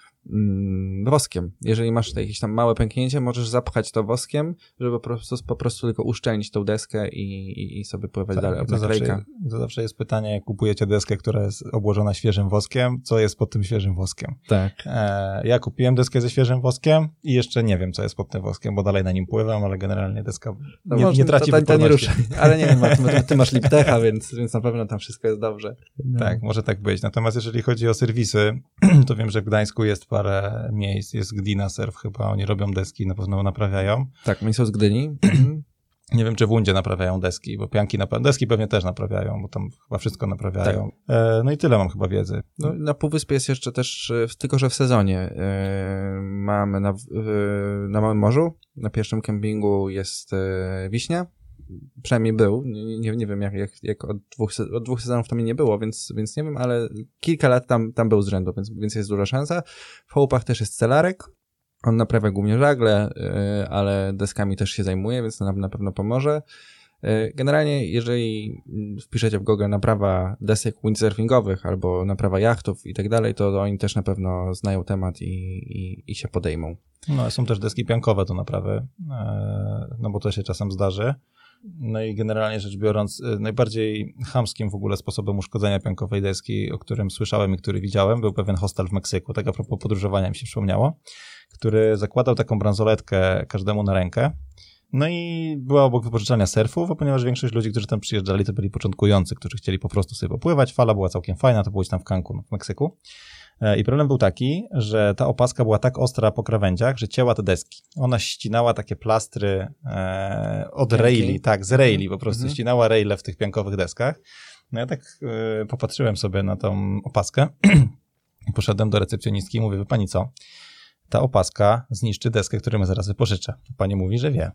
mm, woskiem. Jeżeli masz jakieś tam małe pęknięcie, możesz zapchać to woskiem, żeby po prostu, po prostu tylko uszczelnić tą deskę i, i, i sobie pływać tak, dalej. To zawsze, to zawsze jest pytanie, jak kupujecie deskę, która jest obłożona świeżym woskiem, co jest pod tym świeżym woskiem? Tak. E, ja kupiłem deskę ze świeżym woskiem i jeszcze nie wiem, co jest pod tym woskiem, bo dalej na nim pływam, ale generalnie deska no nie, nie traci to, to, to nie rusza. Ale nie wiem, ty, ty masz Liptecha, więc, więc na pewno tam wszystko jest dobrze. No. Tak, może tak być. Natomiast jeżeli chodzi o serwisy, to wiem, że w Gdańsku jest parę miejsc, jest Gdynia Surf chyba, oni robią deski, na pewno naprawiają. Tak, my są z Gdyni. Nie wiem, czy w Łundzie naprawiają deski, bo pianki na deski pewnie też naprawiają, bo tam chyba wszystko naprawiają. Tak. E, no i tyle mam chyba wiedzy. No, na Półwyspie jest jeszcze też, tylko że w sezonie e, mamy na, na Małym Morzu, na pierwszym kempingu jest e, wiśnia. Przynajmniej był, nie, nie, nie wiem jak, jak, jak od, dwóch, od dwóch sezonów tam nie było, więc, więc nie wiem, ale kilka lat tam, tam był z rzędu, więc, więc jest duża szansa. W Chałupach też jest celarek, on naprawia głównie żagle, yy, ale deskami też się zajmuje, więc to na, na pewno pomoże. Yy, generalnie jeżeli wpiszecie w Google naprawa desek windsurfingowych albo naprawa jachtów i tak dalej, to oni też na pewno znają temat i, i, i się podejmą. No są też deski piankowe do naprawy, yy, no bo to się czasem zdarzy. No i generalnie rzecz biorąc, najbardziej chamskim w ogóle sposobem uszkodzenia piankowej deski, o którym słyszałem i który widziałem, był pewien hostel w Meksyku, tak a propos podróżowania mi się przypomniało, który zakładał taką bransoletkę każdemu na rękę. No i była obok wypożyczalnia surfów, a ponieważ większość ludzi, którzy tam przyjeżdżali, to byli początkujący, którzy chcieli po prostu sobie popływać. Fala była całkiem fajna, to było tam w Cancun, w Meksyku. I problem był taki, że ta opaska była tak ostra po krawędziach, że cięła te deski. Ona ścinała takie plastry e, od raili, tak, z raili po prostu, mhm. ścinała raile w tych piankowych deskach. No ja tak e, popatrzyłem sobie na tą opaskę i poszedłem do recepcjonistki i mówię, wie pani co, ta opaska zniszczy deskę, którą ja zaraz wypożyczę. Pani mówi, że wie.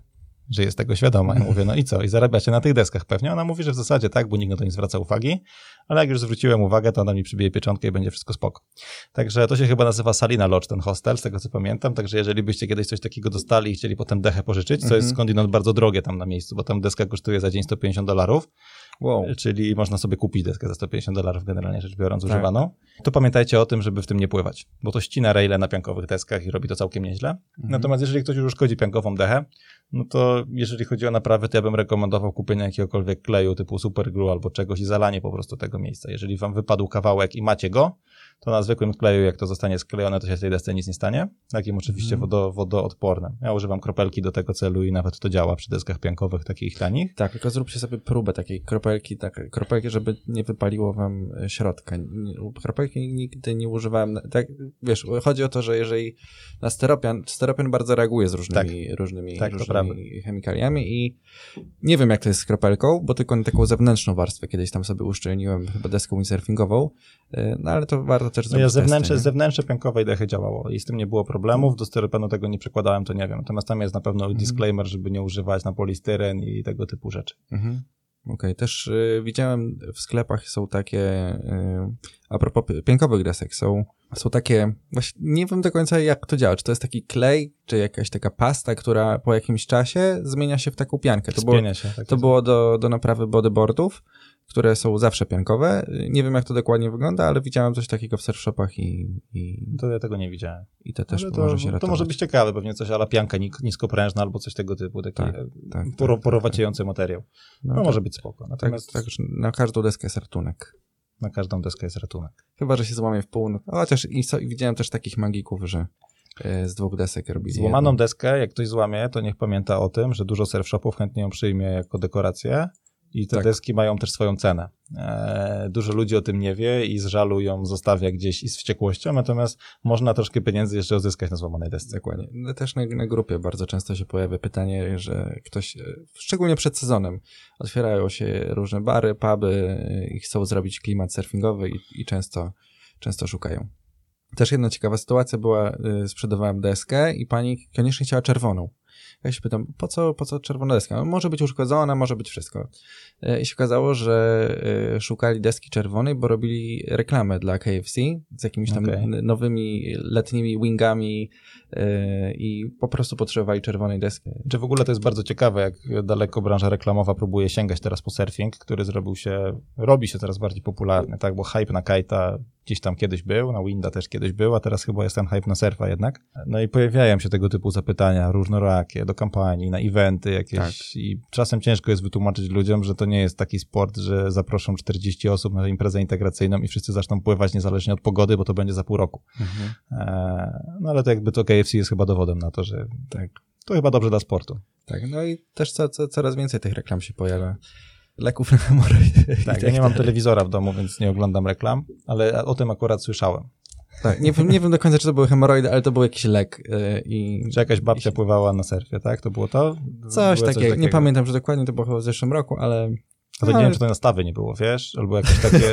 że jest tego świadoma. Ja mówię, no i co? I zarabiacie na tych deskach pewnie? Ona mówi, że w zasadzie tak, bo nikt na to nie zwraca uwagi, ale jak już zwróciłem uwagę, to ona mi przybije pieczątkę i będzie wszystko spoko. Także to się chyba nazywa Salina Lodge, ten hostel, z tego co pamiętam, także jeżeli byście kiedyś coś takiego dostali i chcieli potem dechę pożyczyć, co mhm. jest skądinąd bardzo drogie tam na miejscu, bo tam deska kosztuje za dzień sto pięćdziesiąt dolarów, wow. czyli można sobie kupić deskę za sto pięćdziesiąt dolarów generalnie rzecz biorąc tak. używaną, to pamiętajcie o tym, żeby w tym nie pływać, bo to ścina raile na piankowych deskach i robi to całkiem nieźle. Mhm. Natomiast jeżeli ktoś już uszkodzi piankową dechę, no to jeżeli chodzi o naprawy, to ja bym rekomendował kupienie jakiegokolwiek kleju typu Superglue albo czegoś i zalanie po prostu tego miejsca. Jeżeli wam wypadł kawałek i macie go, to na zwykłym kleju, jak to zostanie sklejone, to się w tej desce nic nie stanie. Takim oczywiście mm. wodo, wodoodpornym. Ja używam kropelki do tego celu i nawet to działa przy deskach piankowych takich tanich. Tak, tylko zróbcie sobie próbę takiej kropelki, tak, kropelki, żeby nie wypaliło wam środka. Kropelki nigdy nie używałem. Tak, wiesz, chodzi o to, że jeżeli na steropian, steropian bardzo reaguje z różnymi, tak. różnymi, tak, różnymi chemikaliami i nie wiem, jak to jest z kropelką, bo tylko na taką zewnętrzną warstwę kiedyś tam sobie uszczelniłem chyba deską windsurfingową, no ale to warto też no ja zewnętrzne, testy, zewnętrzne piankowej dechy działało i z tym nie było problemów, do styropenu tego nie przykładałem, to nie wiem. Natomiast tam jest na pewno mm. disclaimer, żeby nie używać na polistyren i tego typu rzeczy. Mhm. Okej, okay. Też y, widziałem w sklepach są takie, y, a propos piankowych desek, są, są takie, właśnie nie wiem do końca jak to działa, czy to jest taki klej, czy jakaś taka pasta, która po jakimś czasie zmienia się w taką piankę. To było, się, tak to było do, do naprawy bodyboardów, które są zawsze piankowe. Nie wiem, jak to dokładnie wygląda, ale widziałem coś takiego w surf shopach i... i to ja tego nie widziałem. I to też to, może się ratować. To może być ciekawe, pewnie coś ala pianka niskoprężna albo coś tego typu, taki tak, tak, poro, tak, porowaciejący tak. materiał. No, no może być spoko. Natomiast tak, tak, na każdą deskę jest ratunek. Na każdą deskę jest ratunek. Chyba, że się złamie w pół. No, chociaż i, so, i widziałem też takich magików, że z dwóch desek robili złamaną jedną. deskę, jak ktoś złamie, to niech pamięta o tym, że dużo surf shopów chętnie ją przyjmie jako dekorację. I te tak. deski mają też swoją cenę. Eee, dużo ludzi o tym nie wie i z żalu ją zostawia gdzieś i z wściekłością, natomiast można troszkę pieniędzy jeszcze odzyskać na złamanej desce. Dokładnie. No, też na, na grupie bardzo często się pojawia pytanie, że ktoś, szczególnie przed sezonem, otwierają się różne bary, puby i chcą zrobić klimat surfingowy i, i często, często szukają. Też jedna ciekawa sytuacja była, sprzedawałem deskę i pani koniecznie chciała czerwoną. Ja się pytam, po co, po co czerwona deska? No, może być uszkodzona, może być wszystko. I się okazało, że szukali deski czerwonej, bo robili reklamę dla K F C z jakimiś tam okay. nowymi letnimi wingami i po prostu potrzebowali czerwonej deski. Czy w ogóle to jest bardzo ciekawe, jak daleko branża reklamowa próbuje sięgać teraz po surfing, który zrobił się, robi się coraz bardziej popularny, tak? Bo hype na kite'a gdzieś tam kiedyś był, na winda też kiedyś był, a teraz chyba jest ten hype na surfa jednak. No i pojawiają się tego typu zapytania różnorakie do kampanii, na eventy jakieś tak. i czasem ciężko jest wytłumaczyć ludziom, że to nie jest taki sport, że zaproszą czterdzieści osób na imprezę integracyjną i wszyscy zaczną pływać niezależnie od pogody, bo to będzie za pół roku. Mhm. E, no ale to jakby to K F C jest chyba dowodem na to, że tak, to chyba dobrze dla sportu. Tak, no i też co, co, coraz więcej tych reklam się pojawia. Leków na hemoroidy. Tak, ja nie mam telewizora w domu, więc nie oglądam reklam, ale o tym akurat słyszałem. Tak, nie wiem, nie wiem do końca, czy to były hemoroidy, ale to był jakiś lek. Yy, i Czy jakaś babcia i... pływała na surfie, tak? To było to? Coś, coś takiego. takiego. Nie pamiętam, że dokładnie to było w zeszłym roku, ale... A to no, nie ale... wiem, czy to na stawy nie było, wiesz? Albo jakieś takie...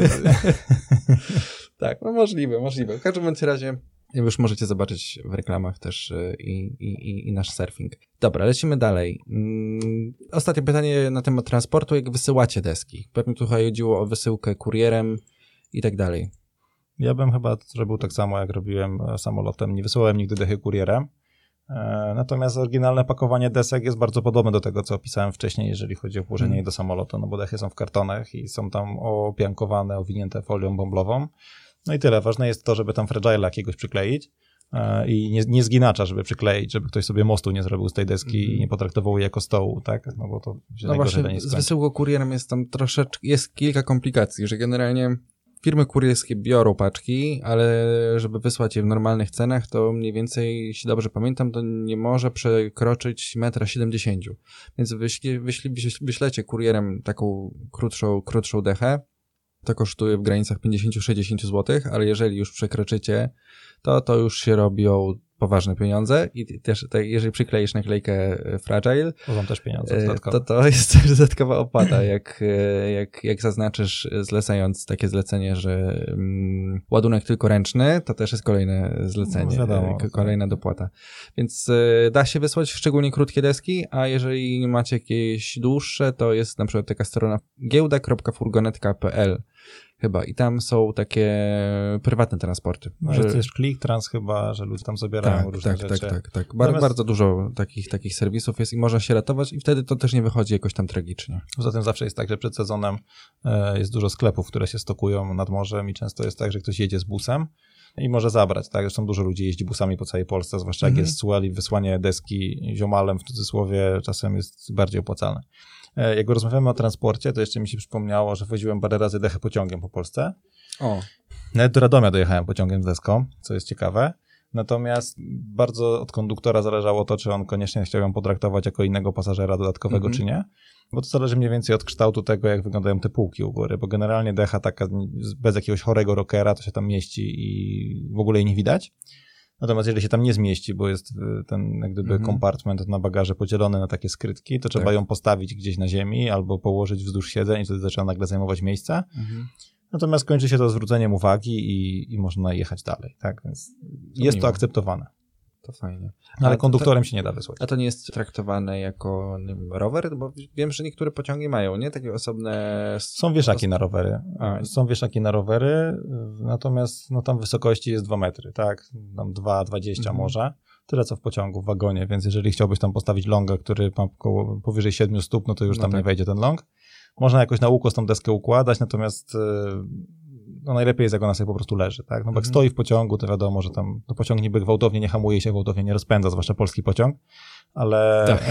Tak, no możliwe, możliwe. W każdym razie już możecie zobaczyć w reklamach też i, i, i nasz surfing. Dobra, lecimy dalej. Ostatnie pytanie na temat transportu. Jak wysyłacie deski? Pewnie tutaj chodziło o wysyłkę kurierem i tak dalej. Ja bym chyba zrobił tak samo, jak robiłem samolotem. Nie wysyłałem nigdy dechy kurierem. Natomiast oryginalne pakowanie desek jest bardzo podobne do tego, co opisałem wcześniej, jeżeli chodzi o włożenie hmm. jej do samolotu, no bo dechy są w kartonach i są tam opiankowane, owinięte folią bąblową. No i tyle. Ważne jest to, żeby tam fragile jakiegoś przykleić e, i nie, nie zginacza, żeby przykleić, żeby ktoś sobie mostu nie zrobił z tej deski mm. i nie potraktował jej jako stołu, tak? No bo to się no właśnie, nie z wysyłką kurierem jest tam troszeczkę, jest kilka komplikacji, że generalnie firmy kurierskie biorą paczki, ale żeby wysłać je w normalnych cenach, to mniej więcej, jeśli dobrze pamiętam, to nie może przekroczyć metra siedemdziesięciu. Więc wyśli, wyśli, wyślecie kurierem taką krótszą, krótszą dechę, to kosztuje w granicach pięćdziesiąt do sześćdziesięciu złotych, ale jeżeli już przekroczycie, to to już się robią poważne pieniądze i też tak, jeżeli przykleisz naklejkę Fragile, to są też pieniądze dodatkowe. To, to jest też dodatkowa opłata, jak, jak, jak zaznaczysz zlecając takie zlecenie, że um, ładunek tylko ręczny, to też jest kolejne zlecenie, no, wiadomo, kolejna dopłata. Więc y, da się wysłać szczególnie krótkie deski, a jeżeli macie jakieś dłuższe, to jest na przykład taka strona giełda kropka furgonetka kropka p l chyba i tam są takie prywatne transporty. No że... jest też ClickTrans chyba, że ludzie tam zabierają tak, różne tak, rzeczy. Tak, tak, tak. Bar- Natomiast... Bardzo dużo takich, takich serwisów jest i można się ratować i wtedy to też nie wychodzi jakoś tam tragicznie. Poza tym zawsze jest tak, że przed sezonem e, jest dużo sklepów, które się stokują nad morzem i często jest tak, że ktoś jedzie z busem i może zabrać, tak? Zresztą dużo ludzi jeździ busami po całej Polsce, zwłaszcza jak mm-hmm. jest suel i wysłanie deski ziomalem w cudzysłowie czasem jest bardziej opłacalne. Jak rozmawiamy o transporcie, to jeszcze mi się przypomniało, że woziłem parę razy dechę pociągiem po Polsce. O. Nawet do Radomia dojechałem pociągiem z deską, co jest ciekawe. Natomiast bardzo od konduktora zależało to, czy on koniecznie chciał ją potraktować jako innego pasażera dodatkowego, mm-hmm. czy nie. Bo to zależy mniej więcej od kształtu tego, jak wyglądają te półki u góry, bo generalnie decha taka bez jakiegoś chorego rockera to się tam mieści i w ogóle jej nie widać. Natomiast jeżeli się tam nie zmieści, bo jest ten jak gdyby mm-hmm. kompartment na bagaże podzielony na takie skrytki, to trzeba tak. ją postawić gdzieś na ziemi albo położyć wzdłuż siedzeń i wtedy zaczyna nagle zajmować miejsce. Mm-hmm. Natomiast kończy się to zwróceniem uwagi i, i można jechać dalej. Tak? Więc to jest miło. To akceptowane. To fajnie. Ale, ale konduktorem to, się nie da wysłać. A to nie jest traktowane jako nie wiem, rower? Bo wiem, że niektóre pociągi mają, nie? Takie osobne... Są wieszaki na rowery. A. Są wieszaki na rowery, natomiast no, tam wysokości jest dwa metry, tak? Tam dwa dwadzieścia mhm. może. Tyle co w pociągu, w wagonie, więc jeżeli chciałbyś tam postawić longa, który ma około, powyżej siedmiu stóp, no to już no tam tak. nie wejdzie ten long. Można jakoś na ukos tą deskę układać, natomiast no najlepiej jest, jak ona sobie po prostu leży, tak? No bo jak mm-hmm. stoi w pociągu, to wiadomo, że tam no pociąg niby gwałtownie nie hamuje się, gwałtownie nie rozpędza, zwłaszcza polski pociąg, ale tak.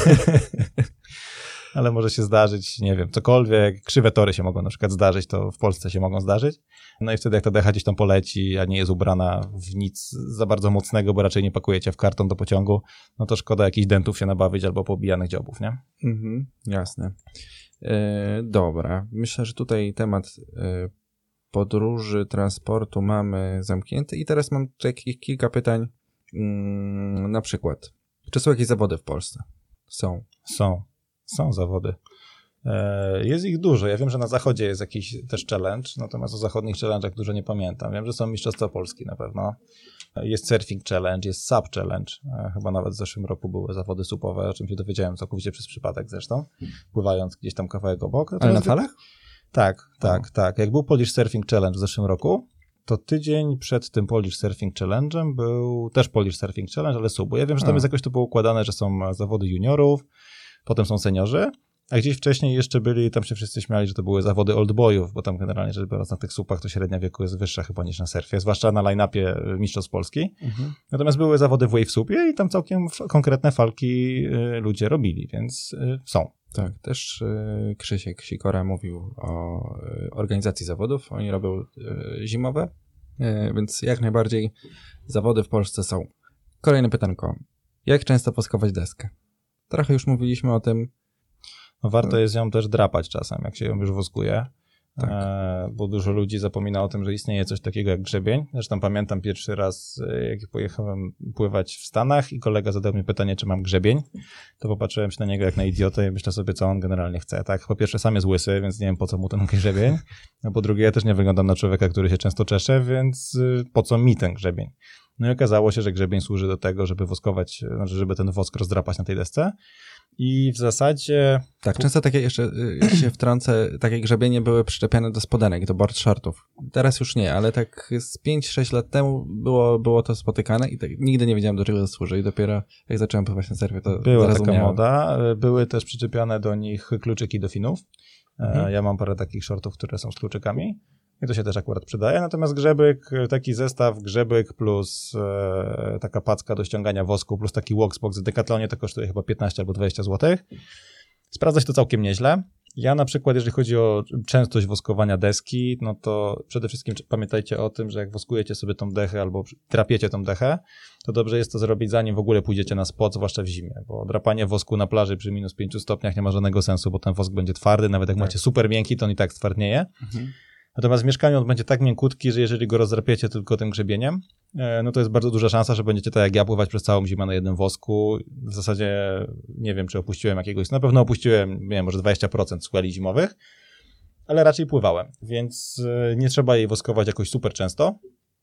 ale może się zdarzyć, nie wiem, cokolwiek, krzywe tory się mogą na przykład zdarzyć, to w Polsce się mogą zdarzyć. No i wtedy jak ta decha gdzieś tam poleci, a nie jest ubrana w nic za bardzo mocnego, bo raczej nie pakujecie w karton do pociągu, no to szkoda jakichś dentów się nabawić albo pobijanych dziobów, nie? Mhm, jasne. E, dobra, myślę, że tutaj temat e, podróży, transportu mamy zamknięty i teraz mam takich kilka pytań, mm, na przykład, czy są jakieś zawody w Polsce? Są. Są. Są zawody. E, jest ich dużo. Ja wiem, że na zachodzie jest jakiś też challenge, natomiast o zachodnich challenge'ach dużo nie pamiętam. Wiem, że są mistrzostwa Polski na pewno. Jest surfing challenge, jest sub challenge. E, chyba nawet w zeszłym roku były zawody supowe, o czym się dowiedziałem całkowicie przez przypadek zresztą, pływając gdzieś tam kawałek obok. Ale na falach? Tak, tak, o. tak. Jak był Polish Surfing Challenge w zeszłym roku, to tydzień przed tym Polish Surfing Challenge'em był też Polish Surfing Challenge, ale subu. Ja wiem, że tam o. jest jakoś to było układane, że są zawody juniorów, potem są seniorzy, a gdzieś wcześniej jeszcze byli, tam się wszyscy śmiali, że to były zawody oldboyów, bo tam generalnie rzecz biorąc na tych słupach to średnia wieku jest wyższa chyba niż na surfie, zwłaszcza na line-upie mistrzostw Polski. Mhm. Natomiast były zawody w wave supie i tam całkiem f- konkretne falki y, ludzie robili, więc y, są. Tak, też y, Krzysiek Sikora mówił o y, organizacji zawodów. Oni robią y, zimowe, y, więc jak najbardziej zawody w Polsce są. Kolejne pytanko. Jak często woskować deskę? Trochę już mówiliśmy o tym. No warto jest ją też drapać czasem, jak się ją już woskuje, tak. e, bo dużo ludzi zapomina o tym, że istnieje coś takiego jak grzebień. Zresztą pamiętam pierwszy raz, jak pojechałem pływać w Stanach i kolega zadał mi pytanie, czy mam grzebień, to popatrzyłem się na niego jak na idiotę i myślę sobie, co on generalnie chce. Tak, po pierwsze sam jest łysy, więc nie wiem, po co mu ten grzebień, a po drugie ja też nie wyglądam na człowieka, który się często czesze, więc po co mi ten grzebień? No i okazało się, że grzebień służy do tego, żeby woskować, znaczy żeby ten wosk rozdrapać na tej desce. I w zasadzie... Tak, często takie jeszcze y, się wtrącę, takie grzebienie były przyczepiane do spodenek, do board shortów. Teraz już nie, ale tak z pięć sześć lat temu było, było to spotykane i tak, nigdy nie wiedziałem, do czego to służy i dopiero jak zacząłem pływać na surfie, to była taka miałem. moda. Były też przyczepiane do nich kluczyki do finów. Mhm. Ja mam parę takich shortów, które są z kluczykami. I to się też akurat przydaje, natomiast grzebyk, taki zestaw grzebyk plus e, taka packa do ściągania wosku plus taki Walksbox w Decathlonie to kosztuje chyba piętnaście albo dwadzieścia złotych. Sprawdza się to całkiem nieźle. Ja na przykład, jeżeli chodzi o częstość woskowania deski, no to przede wszystkim pamiętajcie o tym, że jak woskujecie sobie tą dechę albo drapiecie tą dechę, to dobrze jest to zrobić zanim w ogóle pójdziecie na spot, zwłaszcza w zimie, bo drapanie wosku na plaży przy minus pięciu stopniach nie ma żadnego sensu, bo ten wosk będzie twardy, nawet jak tak. macie super miękki, to on i tak stwardnieje. Mhm. Natomiast w mieszkaniu on będzie tak miękutki, że jeżeli go rozdrapiecie tylko tym grzebieniem, no to jest bardzo duża szansa, że będziecie tak jak ja pływać przez całą zimę na jednym wosku. W zasadzie nie wiem, czy opuściłem jakiegoś, na pewno opuściłem, nie wiem, może dwadzieścia procent sweli zimowych, ale raczej pływałem, więc nie trzeba jej woskować jakoś super często.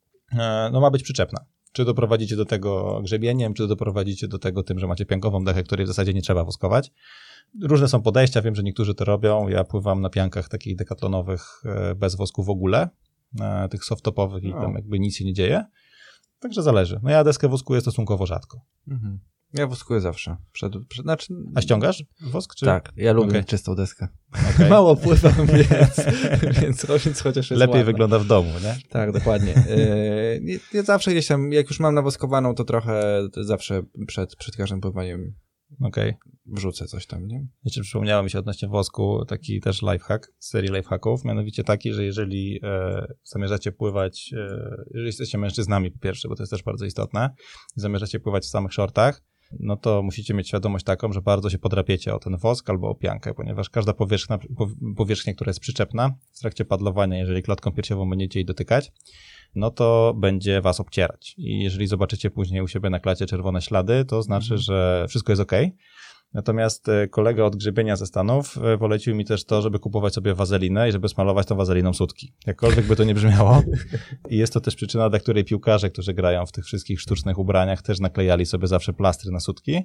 No ma być przyczepna. Czy doprowadzicie do tego grzebieniem, czy doprowadzicie do tego tym, że macie piankową dechę, której w zasadzie nie trzeba woskować. Różne są podejścia, wiem, że niektórzy to robią. Ja pływam na piankach takich dekatlonowych bez wosku w ogóle, tych soft-topowych i tam jakby nic się nie dzieje. Także zależy. No ja deskę woskuję stosunkowo rzadko. Mhm. Ja woskuję zawsze. Przed, przed, znaczy... A ściągasz wosk? Czy... Tak, ja lubię okay. czystą deskę. Okay. Mało pływam, więc, więc, więc chociaż jest lepiej ładne. wygląda w domu, nie? Tak, dokładnie. Yy, ja zawsze gdzieś tam, jak już mam nawoskowaną, to trochę to zawsze przed, przed każdym pływaniem okay. wrzucę coś tam, nie? Jeszcze przypomniało mi się odnośnie wosku taki też lifehack z serii lifehacków, mianowicie taki, że jeżeli e, zamierzacie pływać, e, jeżeli jesteście mężczyznami po pierwsze, bo to jest też bardzo istotne, zamierzacie pływać w samych shortach, no to musicie mieć świadomość taką, że bardzo się podrapiecie o ten wosk albo o piankę, ponieważ każda powierzchnia, powierzchnia, która jest przyczepna w trakcie padlowania, jeżeli klatką piersiową będziecie jej dotykać, no to będzie was obcierać. I jeżeli zobaczycie później u siebie na klacie czerwone ślady, to znaczy, mhm. że wszystko jest okej. Okay. Natomiast kolega od grzebienia ze Stanów polecił mi też to, żeby kupować sobie wazelinę i żeby smalować tą wazeliną sutki. Jakkolwiek by to nie brzmiało. I jest to też przyczyna, dla której piłkarze, którzy grają w tych wszystkich sztucznych ubraniach, też naklejali sobie zawsze plastry na sutki,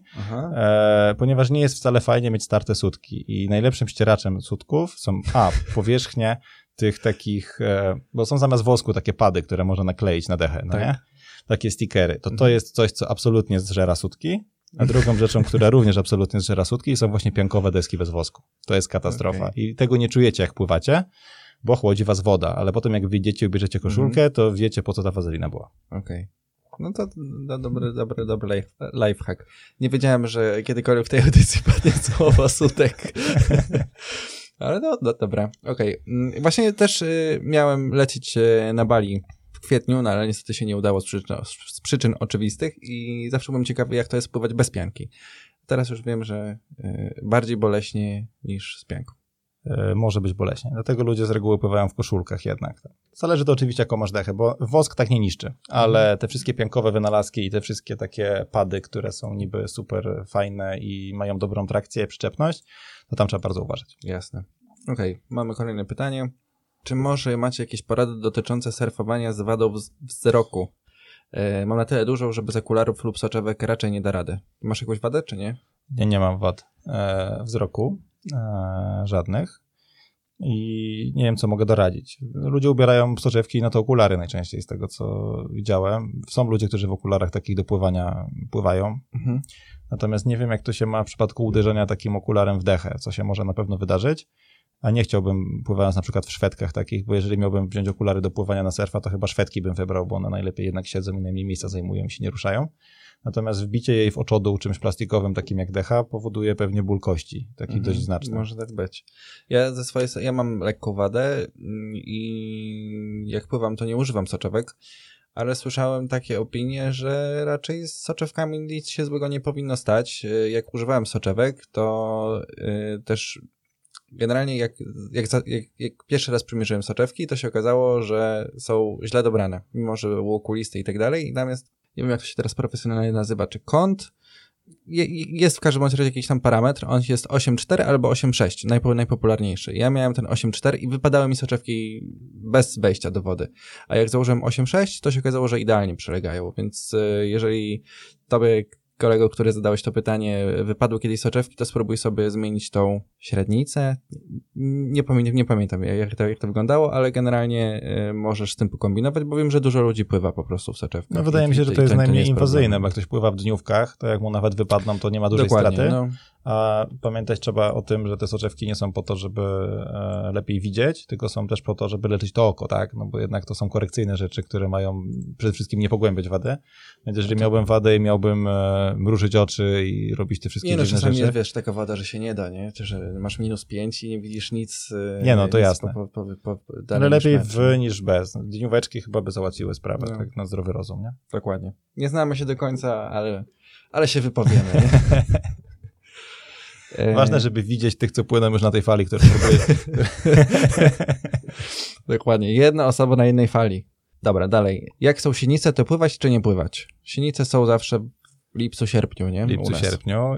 e, ponieważ nie jest wcale fajnie mieć starte sutki. I najlepszym ścieraczem sutków są a, powierzchnie tych takich, e, bo są zamiast wosku takie pady, które można nakleić na dechę, no tak. nie? Takie stickery. To to jest coś, co absolutnie zżera sutki. A drugą rzeczą, która również absolutnie zżera sutki, są właśnie piankowe deski bez wosku. To jest katastrofa. Okay. I tego nie czujecie, jak pływacie, bo chłodzi was woda. Ale potem, jak wyjdziecie i bierzecie koszulkę, mm-hmm. to wiecie, po co ta wazelina była. Okej. Okay. No to no, dobry, dobry, dobry life, lifehack. Nie wiedziałem, że kiedykolwiek w tej audycji padnie słowo sutek. Ale no, no dobra. Okej. Okay. Właśnie też y, miałem lecieć y, na Bali w kwietniu, no ale niestety się nie udało z przyczyn, z przyczyn oczywistych i zawsze byłem ciekawy, jak to jest pływać bez pianki. Teraz już wiem, że y, bardziej boleśnie niż z pianką. Y, może być boleśnie. Dlatego ludzie z reguły pływają w koszulkach jednak. Zależy to oczywiście, jaką masz dechę, bo wosk tak nie niszczy, ale te wszystkie piankowe wynalazki i te wszystkie takie pady, które są niby super fajne i mają dobrą trakcję, przyczepność, to tam trzeba bardzo uważać. Jasne. Okej, okay. Mamy kolejne pytanie. Czy może macie jakieś porady dotyczące surfowania z wadą wzroku? Yy, mam na tyle dużo, że bez okularów lub soczewek raczej nie da rady. Masz jakąś wadę, czy nie? Ja nie mam wad e, wzroku, e, żadnych i nie wiem, co mogę doradzić. Ludzie ubierają soczewki i na to okulary najczęściej, z tego co widziałem. Są ludzie, którzy w okularach takich do pływania pływają. Mhm. Natomiast nie wiem, jak to się ma w przypadku uderzenia takim okularem w dechę, co się może na pewno wydarzyć. A nie chciałbym, pływając na przykład w szwedkach takich, bo jeżeli miałbym wziąć okulary do pływania na surfa, to chyba szwedki bym wybrał, bo one najlepiej jednak siedzą i najmniej miejsca zajmują i się nie ruszają. Natomiast wbicie jej w oczodół czymś plastikowym, takim jak decha, powoduje pewnie ból kości, taki mhm, dość znaczny. Może tak być. Ja ze swojej, ja mam lekką wadę i jak pływam, to nie używam soczewek, ale słyszałem takie opinie, że raczej z soczewkami nic się złego nie powinno stać. Jak używałem soczewek, to yy, też generalnie jak, jak, jak, jak pierwszy raz przymierzyłem soczewki, to się okazało, że są źle dobrane, mimo że było okulisty i tak dalej. Natomiast nie wiem, jak to się teraz profesjonalnie nazywa, czy kąt. Je, jest w każdym razie jakiś tam parametr, on jest osiem cztery albo osiem sześć, najpo, najpopularniejszy. Ja miałem ten osiem cztery i wypadały mi soczewki bez wejścia do wody. A jak założyłem osiem sześć, to się okazało, że idealnie przelegają, więc jeżeli tobie, kolego, który zadałeś to pytanie, wypadły kiedyś soczewki, to spróbuj sobie zmienić tą średnicę. Nie, pamię- nie pamiętam, jak to, jak to wyglądało, ale generalnie y, możesz z tym pokombinować, bo wiem, że dużo ludzi pływa po prostu w soczewkach. No wydaje mi się, że to jest najmniej inwazyjne, bo jak ktoś pływa w dniówkach, to jak mu nawet wypadną, to nie ma dużej Dokładnie, straty. No. A pamiętać trzeba o tym, że te soczewki nie są po to, żeby e, lepiej widzieć, tylko są też po to, żeby leczyć to oko, tak? No bo jednak to są korekcyjne rzeczy, które mają przede wszystkim nie pogłębiać wady. Więc jeżeli no miałbym wadę i miałbym e, mrużyć oczy i robić te wszystkie nie, no, dziwne czasami rzeczy. jest, wiesz, taka wada, że się nie da, nie? Czy że masz minus pięć i nie widzisz nic. E, nie, no to jasne. Po, po, po, po, Ale lepiej niż w niż bez. Dnióweczki chyba by załatwiły sprawę, no. Tak na zdrowy rozum, nie? Dokładnie. Nie znamy się do końca, ale, ale się wypowiemy, nie? Ważne, żeby widzieć tych, co płyną już na tej fali, które próbuję. Dokładnie. Jedna osoba na jednej fali. Dobra, dalej. Jak są sinice, to pływać czy nie pływać? Sinice są zawsze w lipcu, sierpniu, nie? W lipcu, sierpniu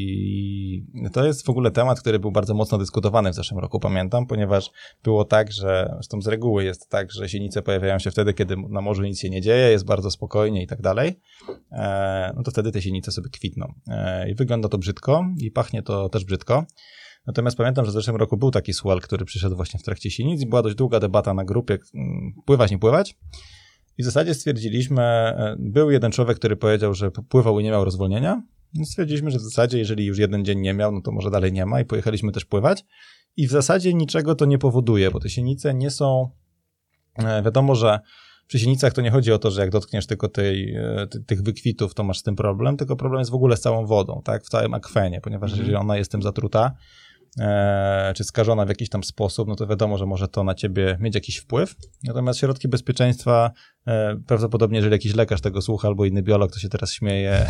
i to jest w ogóle temat, który był bardzo mocno dyskutowany w zeszłym roku, pamiętam, ponieważ było tak, że, zresztą z reguły jest tak, że sinice pojawiają się wtedy, kiedy na morzu nic się nie dzieje, jest bardzo spokojnie i tak dalej, e, no to wtedy te sinice sobie kwitną. E, I wygląda to brzydko i pachnie to też brzydko. Natomiast pamiętam, że w zeszłym roku był taki swell, który przyszedł właśnie w trakcie sinic i była dość długa debata na grupie, pływać, nie pływać. I w zasadzie stwierdziliśmy, był jeden człowiek, który powiedział, że pływał i nie miał rozwolnienia. I stwierdziliśmy, że w zasadzie, jeżeli już jeden dzień nie miał, no to może dalej nie ma i pojechaliśmy też pływać. I w zasadzie niczego to nie powoduje, bo te sinice nie są, wiadomo, że przy sinicach to nie chodzi o to, że jak dotkniesz tylko tej, ty, tych wykwitów, to masz z tym problem, tylko problem jest w ogóle z całą wodą, tak, w całym akwenie, ponieważ mm. jeżeli ona jest tym zatruta, e, czy skażona w jakiś tam sposób, no to wiadomo, że może to na ciebie mieć jakiś wpływ. Natomiast środki bezpieczeństwa, e, prawdopodobnie jeżeli jakiś lekarz tego słucha albo inny biolog, to się teraz śmieje,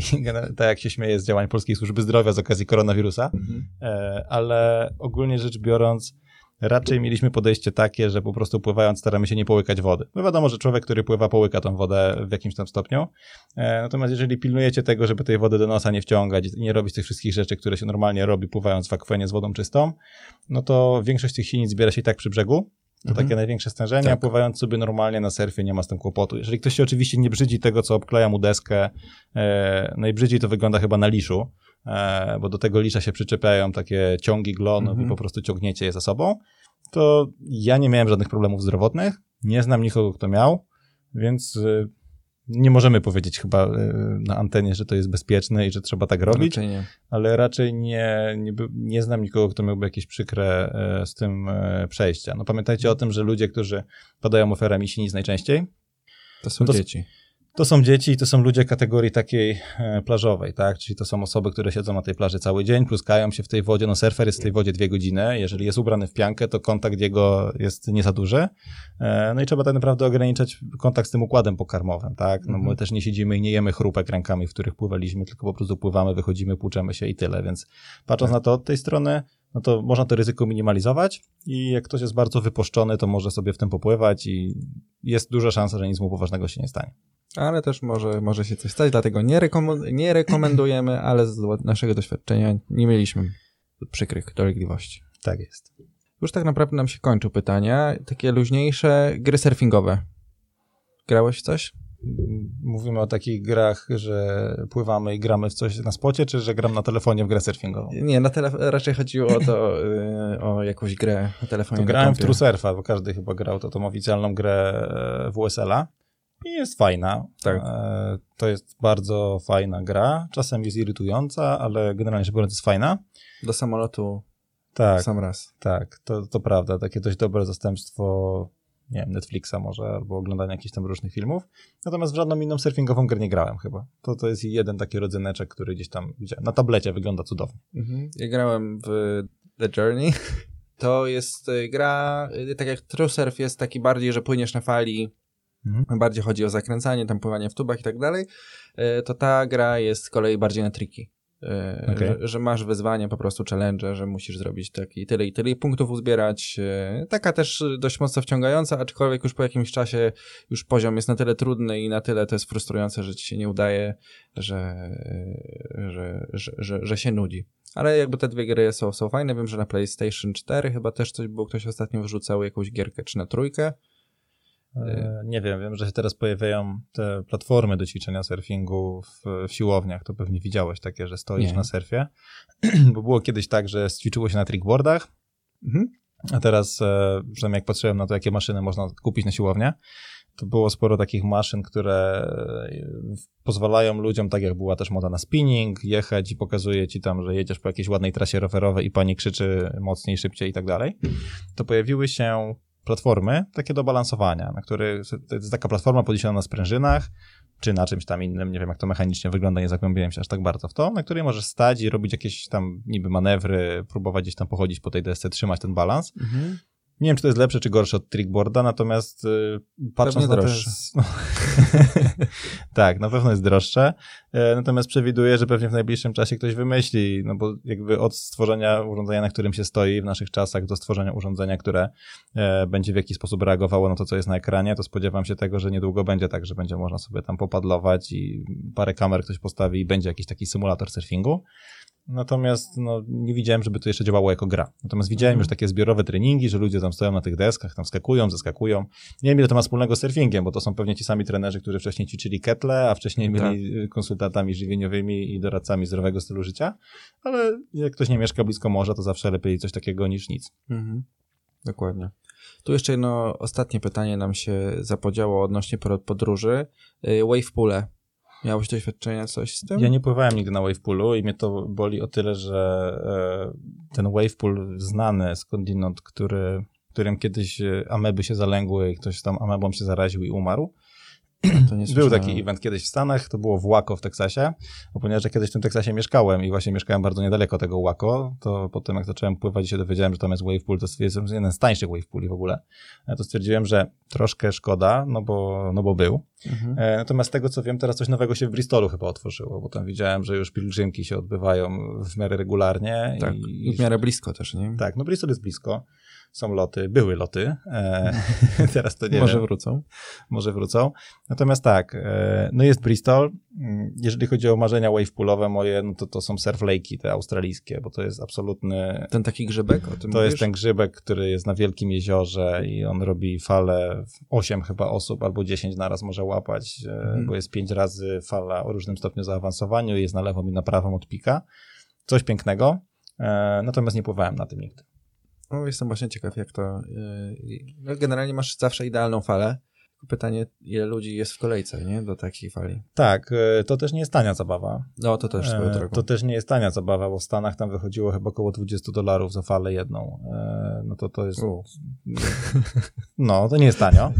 tak jak się śmieje z działań Polskiej Służby Zdrowia z okazji koronawirusa, mm. e, ale ogólnie rzecz biorąc, raczej mieliśmy podejście takie, że po prostu pływając staramy się nie połykać wody. No wiadomo, że człowiek, który pływa, połyka tą wodę w jakimś tam stopniu. E, natomiast jeżeli pilnujecie tego, żeby tej wody do nosa nie wciągać i nie robić tych wszystkich rzeczy, które się normalnie robi pływając w akwenie z wodą czystą, no to większość tych sinic zbiera się i tak przy brzegu. To mhm. takie największe stężenia, tak. Pływając sobie normalnie na surfie nie ma z tym kłopotu. Jeżeli ktoś się oczywiście nie brzydzi tego, co obkleja mu deskę, e, najbrzydziej to wygląda chyba na liszu, e, bo do tego lisza się przyczepiają takie ciągi glonów mhm. i po prostu ciągniecie je za sobą, to ja nie miałem żadnych problemów zdrowotnych, nie znam nikogo, kto miał, więc e, nie możemy powiedzieć chyba e, na antenie, że to jest bezpieczne i że trzeba tak robić, raczej nie. Ale raczej nie, nie, nie znam nikogo, kto miałby jakieś przykre e, z tym e, przejścia. No pamiętajcie o tym, że ludzie, którzy padają ofiarami sinic najczęściej, to są to, dzieci. To są dzieci i to są ludzie kategorii takiej e, plażowej, tak? Czyli to są osoby, które siedzą na tej plaży cały dzień, pluskają się w tej wodzie. No surfer jest w tej wodzie dwie godziny. Jeżeli jest ubrany w piankę, to kontakt jego jest nie za duży. E, no i trzeba tak naprawdę ograniczać kontakt z tym układem pokarmowym, tak? No my też nie siedzimy i nie jemy chrupek rękami, w których pływaliśmy, tylko po prostu pływamy, wychodzimy, płuczemy się i tyle. Więc patrząc tak. na to od tej strony, no to można to ryzyko minimalizować i jak ktoś jest bardzo wypuszczony, to może sobie w tym popływać i jest duża szansa, że nic mu poważnego się nie stanie. Ale też może, może się coś stać, dlatego nie, rekomen- nie rekomendujemy, ale z naszego doświadczenia nie mieliśmy przykrych dolegliwości. Tak jest. Już tak naprawdę nam się kończą pytania. Takie luźniejsze gry surfingowe. Grałeś w coś? Mówimy o takich grach, że pływamy i gramy w coś na spocie, czy że gram na telefonie w grę surfingową? Nie, na telef- raczej chodziło o to, yy, o jakąś grę na telefonie. To grałem w True Surfa, bo każdy chyba grał to tą oficjalną grę W S L a i jest fajna. Tak. E, to jest bardzo fajna gra. Czasem jest irytująca, ale generalnie rzecz biorąc jest fajna. Do samolotu tak, sam raz. Tak, to, to prawda. Takie dość dobre zastępstwo, nie wiem, Netflixa może, albo oglądania jakichś tam różnych filmów. Natomiast w żadną inną surfingową grę nie grałem chyba. To, to jest jeden taki rodzyneczek, który gdzieś tam widziałem. Na tablecie wygląda cudownie. Mhm. Ja grałem w The Journey. To jest gra, tak jak True Surf jest taki bardziej, że płyniesz na fali, mhm. bardziej chodzi o zakręcanie, tam pływanie w tubach i tak dalej, to ta gra jest z kolei bardziej na triki. Okay. Że, że masz wyzwania, po prostu challenge, że musisz zrobić taki tyle i tyle i punktów uzbierać. Taka też dość mocno wciągająca, aczkolwiek już po jakimś czasie już poziom jest na tyle trudny i na tyle to jest frustrujące, że ci się nie udaje, że, że, że, że, że się nudzi. Ale jakby te dwie gry są, są fajne. Wiem, że na PlayStation cztery chyba też coś było, ktoś ostatnio wrzucał jakąś gierkę, czy na trójkę. E, nie wiem, wiem, że się teraz pojawiają te platformy do ćwiczenia surfingu w, w siłowniach, to pewnie widziałeś takie, że stoisz nie. na surfie, bo było kiedyś tak, że ćwiczyło się na trickboardach, mhm. a teraz, e, przynajmniej jak patrzyłem na to, jakie maszyny można kupić na siłownię, to było sporo takich maszyn, które pozwalają ludziom, tak jak była też moda na spinning, jechać i pokazuje ci tam, że jedziesz po jakiejś ładnej trasie rowerowej i pani krzyczy mocniej, szybciej i tak dalej. To pojawiły się platformy takie do balansowania, na których to jest taka platforma podniesiona na sprężynach, czy na czymś tam innym, nie wiem jak to mechanicznie wygląda, nie zagłębiałem się aż tak bardzo w to, na której możesz stać i robić jakieś tam niby manewry, próbować gdzieś tam pochodzić po tej desce, trzymać ten balans. Mhm. Nie wiem, czy to jest lepsze, czy gorsze od trickboarda, natomiast y, patrząc Pewnie na droższe. te... Tak, na pewno jest droższe, e, natomiast przewiduję, że pewnie w najbliższym czasie ktoś wymyśli, no bo jakby od stworzenia urządzenia, na którym się stoi w naszych czasach, do stworzenia urządzenia, które e, będzie w jakiś sposób reagowało na to, co jest na ekranie, to spodziewam się tego, że niedługo będzie tak, że będzie można sobie tam popadlować i parę kamer ktoś postawi i będzie jakiś taki symulator surfingu. Natomiast no, nie widziałem, żeby to jeszcze działało jako gra. Natomiast widziałem mm. już takie zbiorowe treningi, że ludzie tam stoją na tych deskach, tam skakują, zeskakują. Nie wiem, ile to ma wspólnego z surfingiem, bo to są pewnie ci sami trenerzy, którzy wcześniej ćwiczyli ketle, a wcześniej byli tak. konsultantami żywieniowymi i doradcami zdrowego stylu życia. Ale jak ktoś nie mieszka blisko morza, to zawsze lepiej coś takiego niż nic. Mhm. Dokładnie. Tu jeszcze jedno ostatnie pytanie nam się zapodziało odnośnie podróży. Wavepoole. Miałeś doświadczenia coś z tym? Ja nie pływałem nigdy na wavepoolu i mnie to boli o tyle, że e, ten wavepool znany skądinąd, który, którym kiedyś ameby się zalęgły i ktoś tam amebą się zaraził i umarł. To nie Był taki event kiedyś w Stanach, to było w Waco w Teksasie, bo ponieważ ja kiedyś w tym Teksasie mieszkałem i właśnie mieszkałem bardzo niedaleko tego Waco, to potem jak zacząłem pływać i się dowiedziałem, że tam jest wavepool, to stwierdziłem, że jeden z tańszych wavepooli w ogóle, to stwierdziłem, że troszkę szkoda, no bo, no bo był. Mhm. E, natomiast z tego co wiem, teraz coś nowego się w Bristolu chyba otworzyło, bo tam widziałem, że już pielgrzymki się odbywają w miarę regularnie. Tak, i w miarę blisko też, nie? Tak, no Bristol jest blisko. Są loty, były loty, e, teraz to nie Może wiem. wrócą. Może wrócą. Natomiast tak, e, no jest Bristol. Jeżeli chodzi o marzenia wavepoolowe moje, no to to są surf lake'i, te australijskie, bo to jest absolutny... Ten taki grzybek? O tym to mówisz? jest ten grzybek, który jest na wielkim jeziorze i on robi fale, osiem chyba osób albo dziesięć naraz może łapać, mhm. bo jest pięć razy fala o różnym stopniu zaawansowaniu i jest na lewą i na prawą od pika. Coś pięknego, e, natomiast nie pływałem na tym nigdy. No, jestem właśnie ciekaw, jak to... Yy, no, generalnie masz zawsze idealną falę. Pytanie, ile ludzi jest w kolejce, nie? Do takiej fali. Tak, to też nie jest tania zabawa. No, to też swoją drogą. To też nie jest tania zabawa, bo w Stanach tam wychodziło chyba około dwadzieścia dolarów za falę jedną. No to to jest... U. No, to nie jest tanio.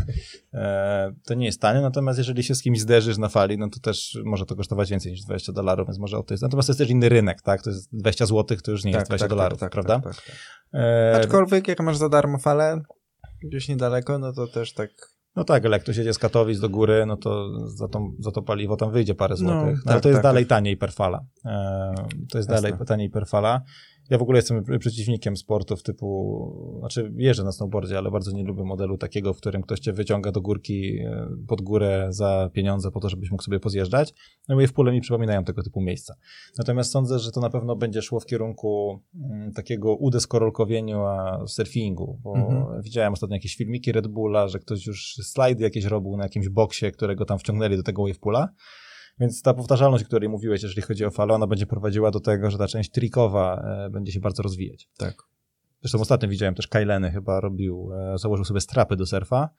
To nie jest tanio, natomiast jeżeli się z kimś zderzysz na fali, no to też może to kosztować więcej niż dwadzieścia dolarów, więc może o to jest. Natomiast to jest też inny rynek, tak? To jest dwadzieścia złotych, to już nie tak, jest dwadzieścia dolarów, tak, prawda? Tak, tak, tak. E... Aczkolwiek jak masz za darmo falę gdzieś niedaleko, no to też tak... No tak, ale jak ktoś jedzie z Katowic do góry, no to za to, za to paliwo tam wyjdzie parę złotych. No, tak, ale to jest tak, dalej tak. taniej per fala. E, to jest Jasne. dalej taniej per fala. Ja w ogóle jestem przeciwnikiem sportów typu, znaczy jeżdżę na snowboardzie, ale bardzo nie lubię modelu takiego, w którym ktoś cię wyciąga do górki pod górę za pieniądze po to, żebyś mógł sobie pozjeżdżać. No i wpóle mi przypominają tego typu miejsca. Natomiast sądzę, że to na pewno będzie szło w kierunku m, takiego udeskorolkowienia surfingu, bo mhm. widziałem ostatnio jakieś filmiki Red Bulla, że ktoś już slajdy jakieś robił na jakimś boksie, którego tam wciągnęli do tego wavepoola. Więc ta powtarzalność, o której mówiłeś, jeżeli chodzi o falę, ona będzie prowadziła do tego, że ta część trickowa e, będzie się bardzo rozwijać. Tak. Zresztą ostatnio widziałem też Kyleny chyba robił, e, założył sobie strapy do surfa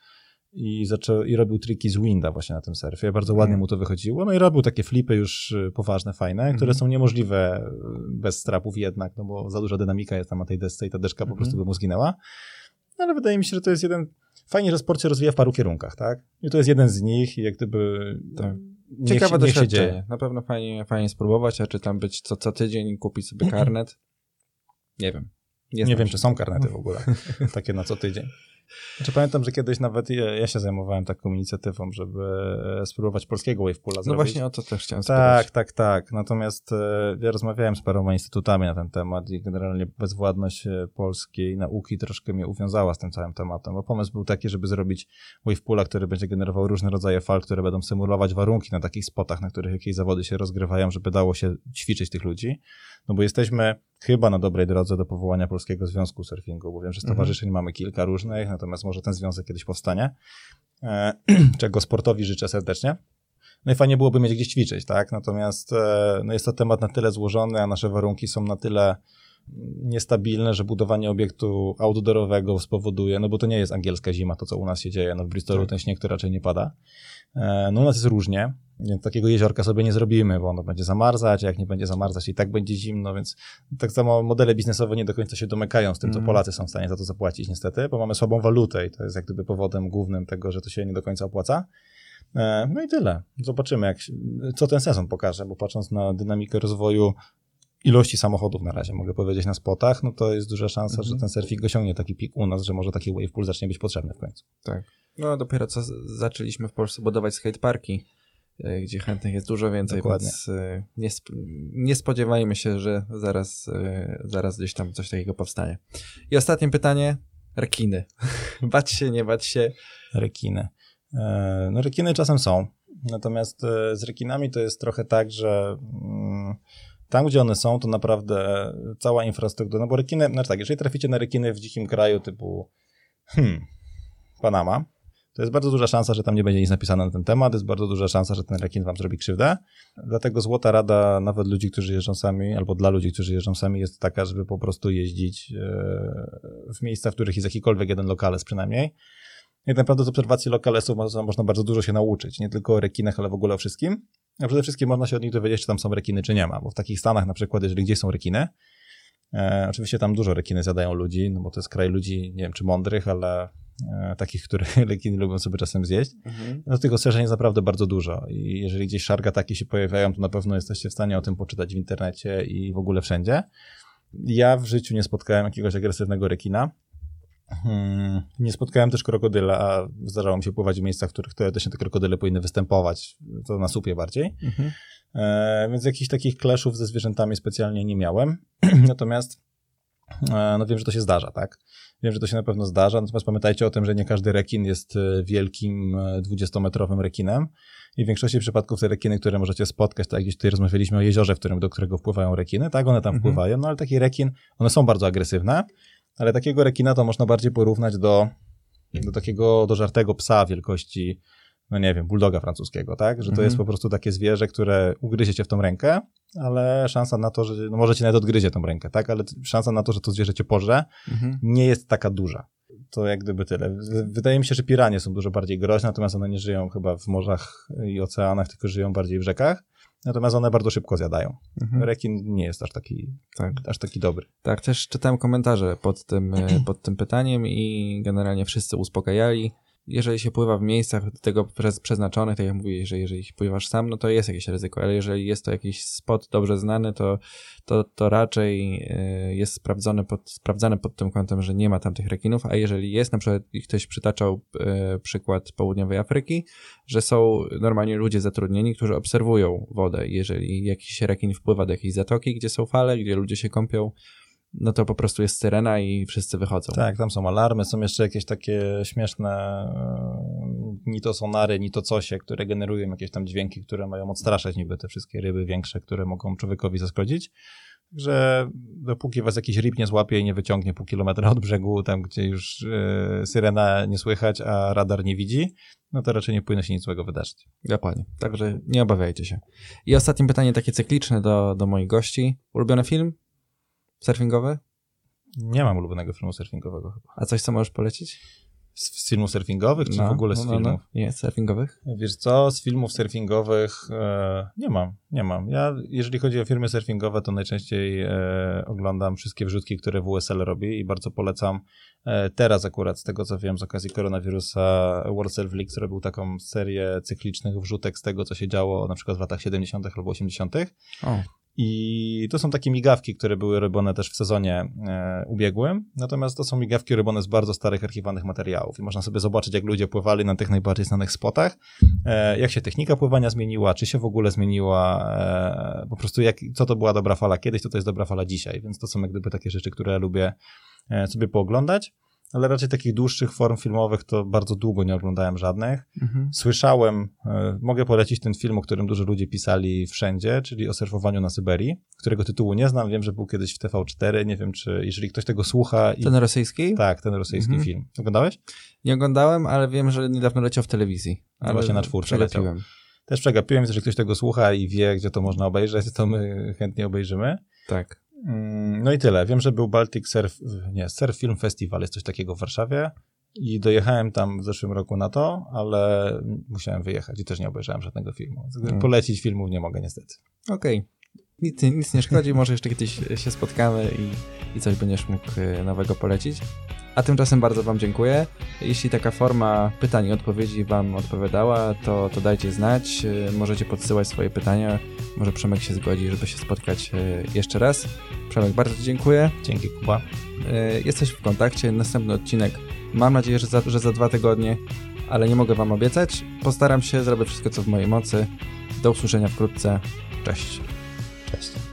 i zaczął, i robił triki z winda właśnie na tym surfie. Bardzo ładnie mm. mu to wychodziło. No i robił takie flipy już poważne, fajne, mm. które są niemożliwe bez strapów jednak, no bo za duża dynamika jest tam na tej desce i ta deszka mm. po prostu by mu zginęła. No ale wydaje mi się, że to jest jeden... Fajnie, że sport się rozwija w paru kierunkach, tak? I to jest jeden z nich i jak gdyby... Tak. Ciekawe doświadczenie. Na pewno fajnie, fajnie spróbować, a czy tam być co, co tydzień i kupić sobie karnet? Nie wiem. Nie, nie wiem, czy są karnety w ogóle. Takie na co tydzień. Znaczy, pamiętam, że kiedyś nawet ja, ja się zajmowałem taką inicjatywą, żeby spróbować polskiego wavepoola no zrobić. No właśnie o to też chciałem Tak, spróbować. tak, tak. Natomiast e, ja rozmawiałem z paroma instytutami na ten temat i generalnie bezwładność polskiej nauki troszkę mnie uwiązała z tym całym tematem, bo pomysł był taki, żeby zrobić wavepoola, który będzie generował różne rodzaje fal, które będą symulować warunki na takich spotach, na których jakieś zawody się rozgrywają, żeby dało się ćwiczyć tych ludzi. No bo jesteśmy chyba na dobrej drodze do powołania Polskiego Związku Surfingu, bo wiem, że stowarzyszeń mhm. mamy kilka różnych, natomiast może ten związek kiedyś powstanie, e, czego sportowi życzę serdecznie. No i fajnie byłoby mieć gdzieś ćwiczyć, tak? Natomiast e, no jest to temat na tyle złożony, a nasze warunki są na tyle niestabilne, że budowanie obiektu outdoorowego spowoduje, no bo to nie jest angielska zima, to co u nas się dzieje, no w Bristolu tak. ten śnieg to raczej nie pada. No u nas jest różnie, więc takiego jeziorka sobie nie zrobimy, bo ono będzie zamarzać, a jak nie będzie zamarzać i tak będzie zimno, więc tak samo modele biznesowe nie do końca się domykają z tym, co mm. Polacy są w stanie za to zapłacić niestety, bo mamy słabą walutę i to jest jak gdyby powodem głównym tego, że to się nie do końca opłaca. No i tyle. Zobaczymy, jak, co ten sezon pokaże, bo patrząc na dynamikę rozwoju ilości samochodów na razie, mogę powiedzieć, na spotach, no to jest duża szansa, mhm. że ten surfing osiągnie taki pik u nas, że może taki wave pool zacznie być potrzebny w końcu. Tak. No dopiero co zaczęliśmy w Polsce budować skateparki, gdzie chętnych jest dużo więcej, Dokładnie. Więc nie, sp- nie spodziewajmy się, że zaraz, zaraz gdzieś tam coś takiego powstanie. I ostatnie pytanie, rekiny. Bać się, nie bać się? Rekiny. No rekiny czasem są, natomiast z rekinami to jest trochę tak, że tam, gdzie one są, to naprawdę cała infrastruktura, no bo rekiny, znaczy tak, jeżeli traficie na rekiny w dzikim kraju typu hmm, Panama, to jest bardzo duża szansa, że tam nie będzie nic napisane na ten temat, jest bardzo duża szansa, że ten rekin wam zrobi krzywdę. Dlatego złota rada nawet ludzi, którzy jeżdżą sami, albo dla ludzi, którzy jeżdżą sami, jest taka, żeby po prostu jeździć w miejsca, w których jest jakikolwiek jeden lokales przynajmniej. I naprawdę z obserwacji lokalesów można, można bardzo dużo się nauczyć, nie tylko o rekinach, ale w ogóle o wszystkim. A przede wszystkim można się od nich dowiedzieć, czy tam są rekiny, czy nie ma, bo w takich stanach na przykład, jeżeli gdzieś są rekiny, e, oczywiście tam dużo rekiny zjadają ludzi, no bo to jest kraj ludzi, nie wiem czy mądrych, ale e, takich, których rekiny lubią sobie czasem zjeść, mhm. no tych ostrzeżeń jest naprawdę bardzo dużo i jeżeli gdzieś szargataki się pojawiają, to na pewno jesteście w stanie o tym poczytać w internecie i w ogóle wszędzie. Ja w życiu nie spotkałem jakiegoś agresywnego rekina. Hmm, nie spotkałem też krokodyla, a zdarzało mi się pływać w miejscach, w których teoretycznie te krokodyle powinny występować, to na słupie bardziej. Mhm. E, więc jakichś takich clashów ze zwierzętami specjalnie nie miałem. Natomiast e, no wiem, że to się zdarza, tak? Wiem, że to się na pewno zdarza, natomiast pamiętajcie o tym, że nie każdy rekin jest wielkim dwudziestometrowym rekinem i w większości przypadków te rekiny, które możecie spotkać, tak jak gdzieś tutaj rozmawialiśmy o jeziorze, w którym, do którego wpływają rekiny, tak? One tam mhm. wpływają, no ale taki rekin, one są bardzo agresywne. Ale takiego rekina to można bardziej porównać do, do takiego dożartego psa wielkości, no nie wiem, bulldoga francuskiego, tak? Że to mhm. jest po prostu takie zwierzę, które ugryzie cię w tą rękę, ale szansa na to, że, no może cię nawet odgryzie tą rękę, tak? Ale szansa na to, że to zwierzę cię pożre, mhm. nie jest taka duża. To jak gdyby tyle. Wydaje mi się, że piranie są dużo bardziej groźne, natomiast one nie żyją chyba w morzach i oceanach, tylko żyją bardziej w rzekach. Natomiast one bardzo szybko zjadają. Mhm. Rekin nie jest aż taki, tak. aż taki dobry. Tak, też czytałem komentarze pod tym, pod tym pytaniem i generalnie wszyscy uspokajali. Jeżeli się pływa w miejscach do tego przeznaczonych, tak jak mówię, że jeżeli pływasz sam, no to jest jakieś ryzyko, ale jeżeli jest to jakiś spot dobrze znany, to, to, to raczej jest sprawdzone pod, sprawdzane pod tym kątem, że nie ma tam tych rekinów, a jeżeli jest, na przykład ktoś przytaczał e, przykład południowej Afryki, że są normalnie ludzie zatrudnieni, którzy obserwują wodę. Jeżeli jakiś rekin wpływa do jakiejś zatoki, gdzie są fale, gdzie ludzie się kąpią, no to po prostu jest syrena i wszyscy wychodzą. Tak, tam są alarmy, są jeszcze jakieś takie śmieszne ni to sonary, ni to cosie, które generują jakieś tam dźwięki, które mają odstraszać niby te wszystkie ryby większe, które mogą człowiekowi zaszkodzić. Że dopóki was jakiś ryb nie złapie i nie wyciągnie pół kilometra od brzegu, tam gdzie już yy, syrena nie słychać, a radar nie widzi, no to raczej nie powinno się nic złego wydarzyć. Dokładnie, także nie obawiajcie się. I ostatnie pytanie takie cykliczne do, do moich gości. Ulubiony film? Surfingowy? Nie mam ulubionego filmu surfingowego chyba. A coś, co możesz polecić? Z, z filmów surfingowych, czy no, w ogóle z no, filmów? No, no. Nie, z surfingowych? Wiesz co, z filmów surfingowych e, nie mam, nie mam. Ja, jeżeli chodzi o filmy surfingowe, to najczęściej e, oglądam wszystkie wrzutki, które W S L robi i bardzo polecam. E, teraz akurat, z tego co wiem, z okazji koronawirusa, World Surf League zrobił taką serię cyklicznych wrzutek z tego, co się działo na przykład w latach siedemdziesiątych albo osiemdziesiątych. O. I to są takie migawki, które były robione też w sezonie e, ubiegłym, natomiast to są migawki robione z bardzo starych archiwanych materiałów i można sobie zobaczyć, jak ludzie pływali na tych najbardziej znanych spotach, e, jak się technika pływania zmieniła, czy się w ogóle zmieniła, e, po prostu jak, co to była dobra fala kiedyś, to to jest dobra fala dzisiaj, więc to są jak gdyby takie rzeczy, które lubię e, sobie pooglądać. Ale raczej takich dłuższych form filmowych to bardzo długo nie oglądałem żadnych. Mhm. Słyszałem, e, mogę polecić ten film, o którym dużo ludzi pisali wszędzie, czyli o surfowaniu na Syberii, którego tytułu nie znam, wiem, że był kiedyś w T V cztery, nie wiem, czy jeżeli ktoś tego słucha... I... Ten rosyjski? Tak, ten rosyjski mhm. film. Oglądałeś? Nie oglądałem, ale wiem, że niedawno leciał w telewizji. No właśnie na czwórce leciał. Też przegapiłem, jeżeli ktoś tego słucha i wie, gdzie to można obejrzeć, to my chętnie obejrzymy. Tak. No i tyle. Wiem, że był Baltic Surf, nie, Surf Film Festival, jest coś takiego w Warszawie i dojechałem tam w zeszłym roku na to, ale musiałem wyjechać i też nie obejrzałem żadnego filmu. Hmm. Polecić filmów nie mogę niestety. Okej. Okay. Nic, nic nie szkodzi, może jeszcze kiedyś się spotkamy i, i coś będziesz mógł nowego polecić. A tymczasem bardzo wam dziękuję. Jeśli taka forma pytań i odpowiedzi wam odpowiadała, to, to dajcie znać. Możecie podsyłać swoje pytania. może Przemek się zgodzi, żeby się spotkać jeszcze raz. Przemek, bardzo Ci dziękuję. Dzięki, Kuba. Jesteś w kontakcie. Następny odcinek mam nadzieję, że za, że za dwa tygodnie, ale nie mogę Wam obiecać. Postaram się, zrobię wszystko, co w mojej mocy. Do usłyszenia wkrótce. Cześć. Cześć.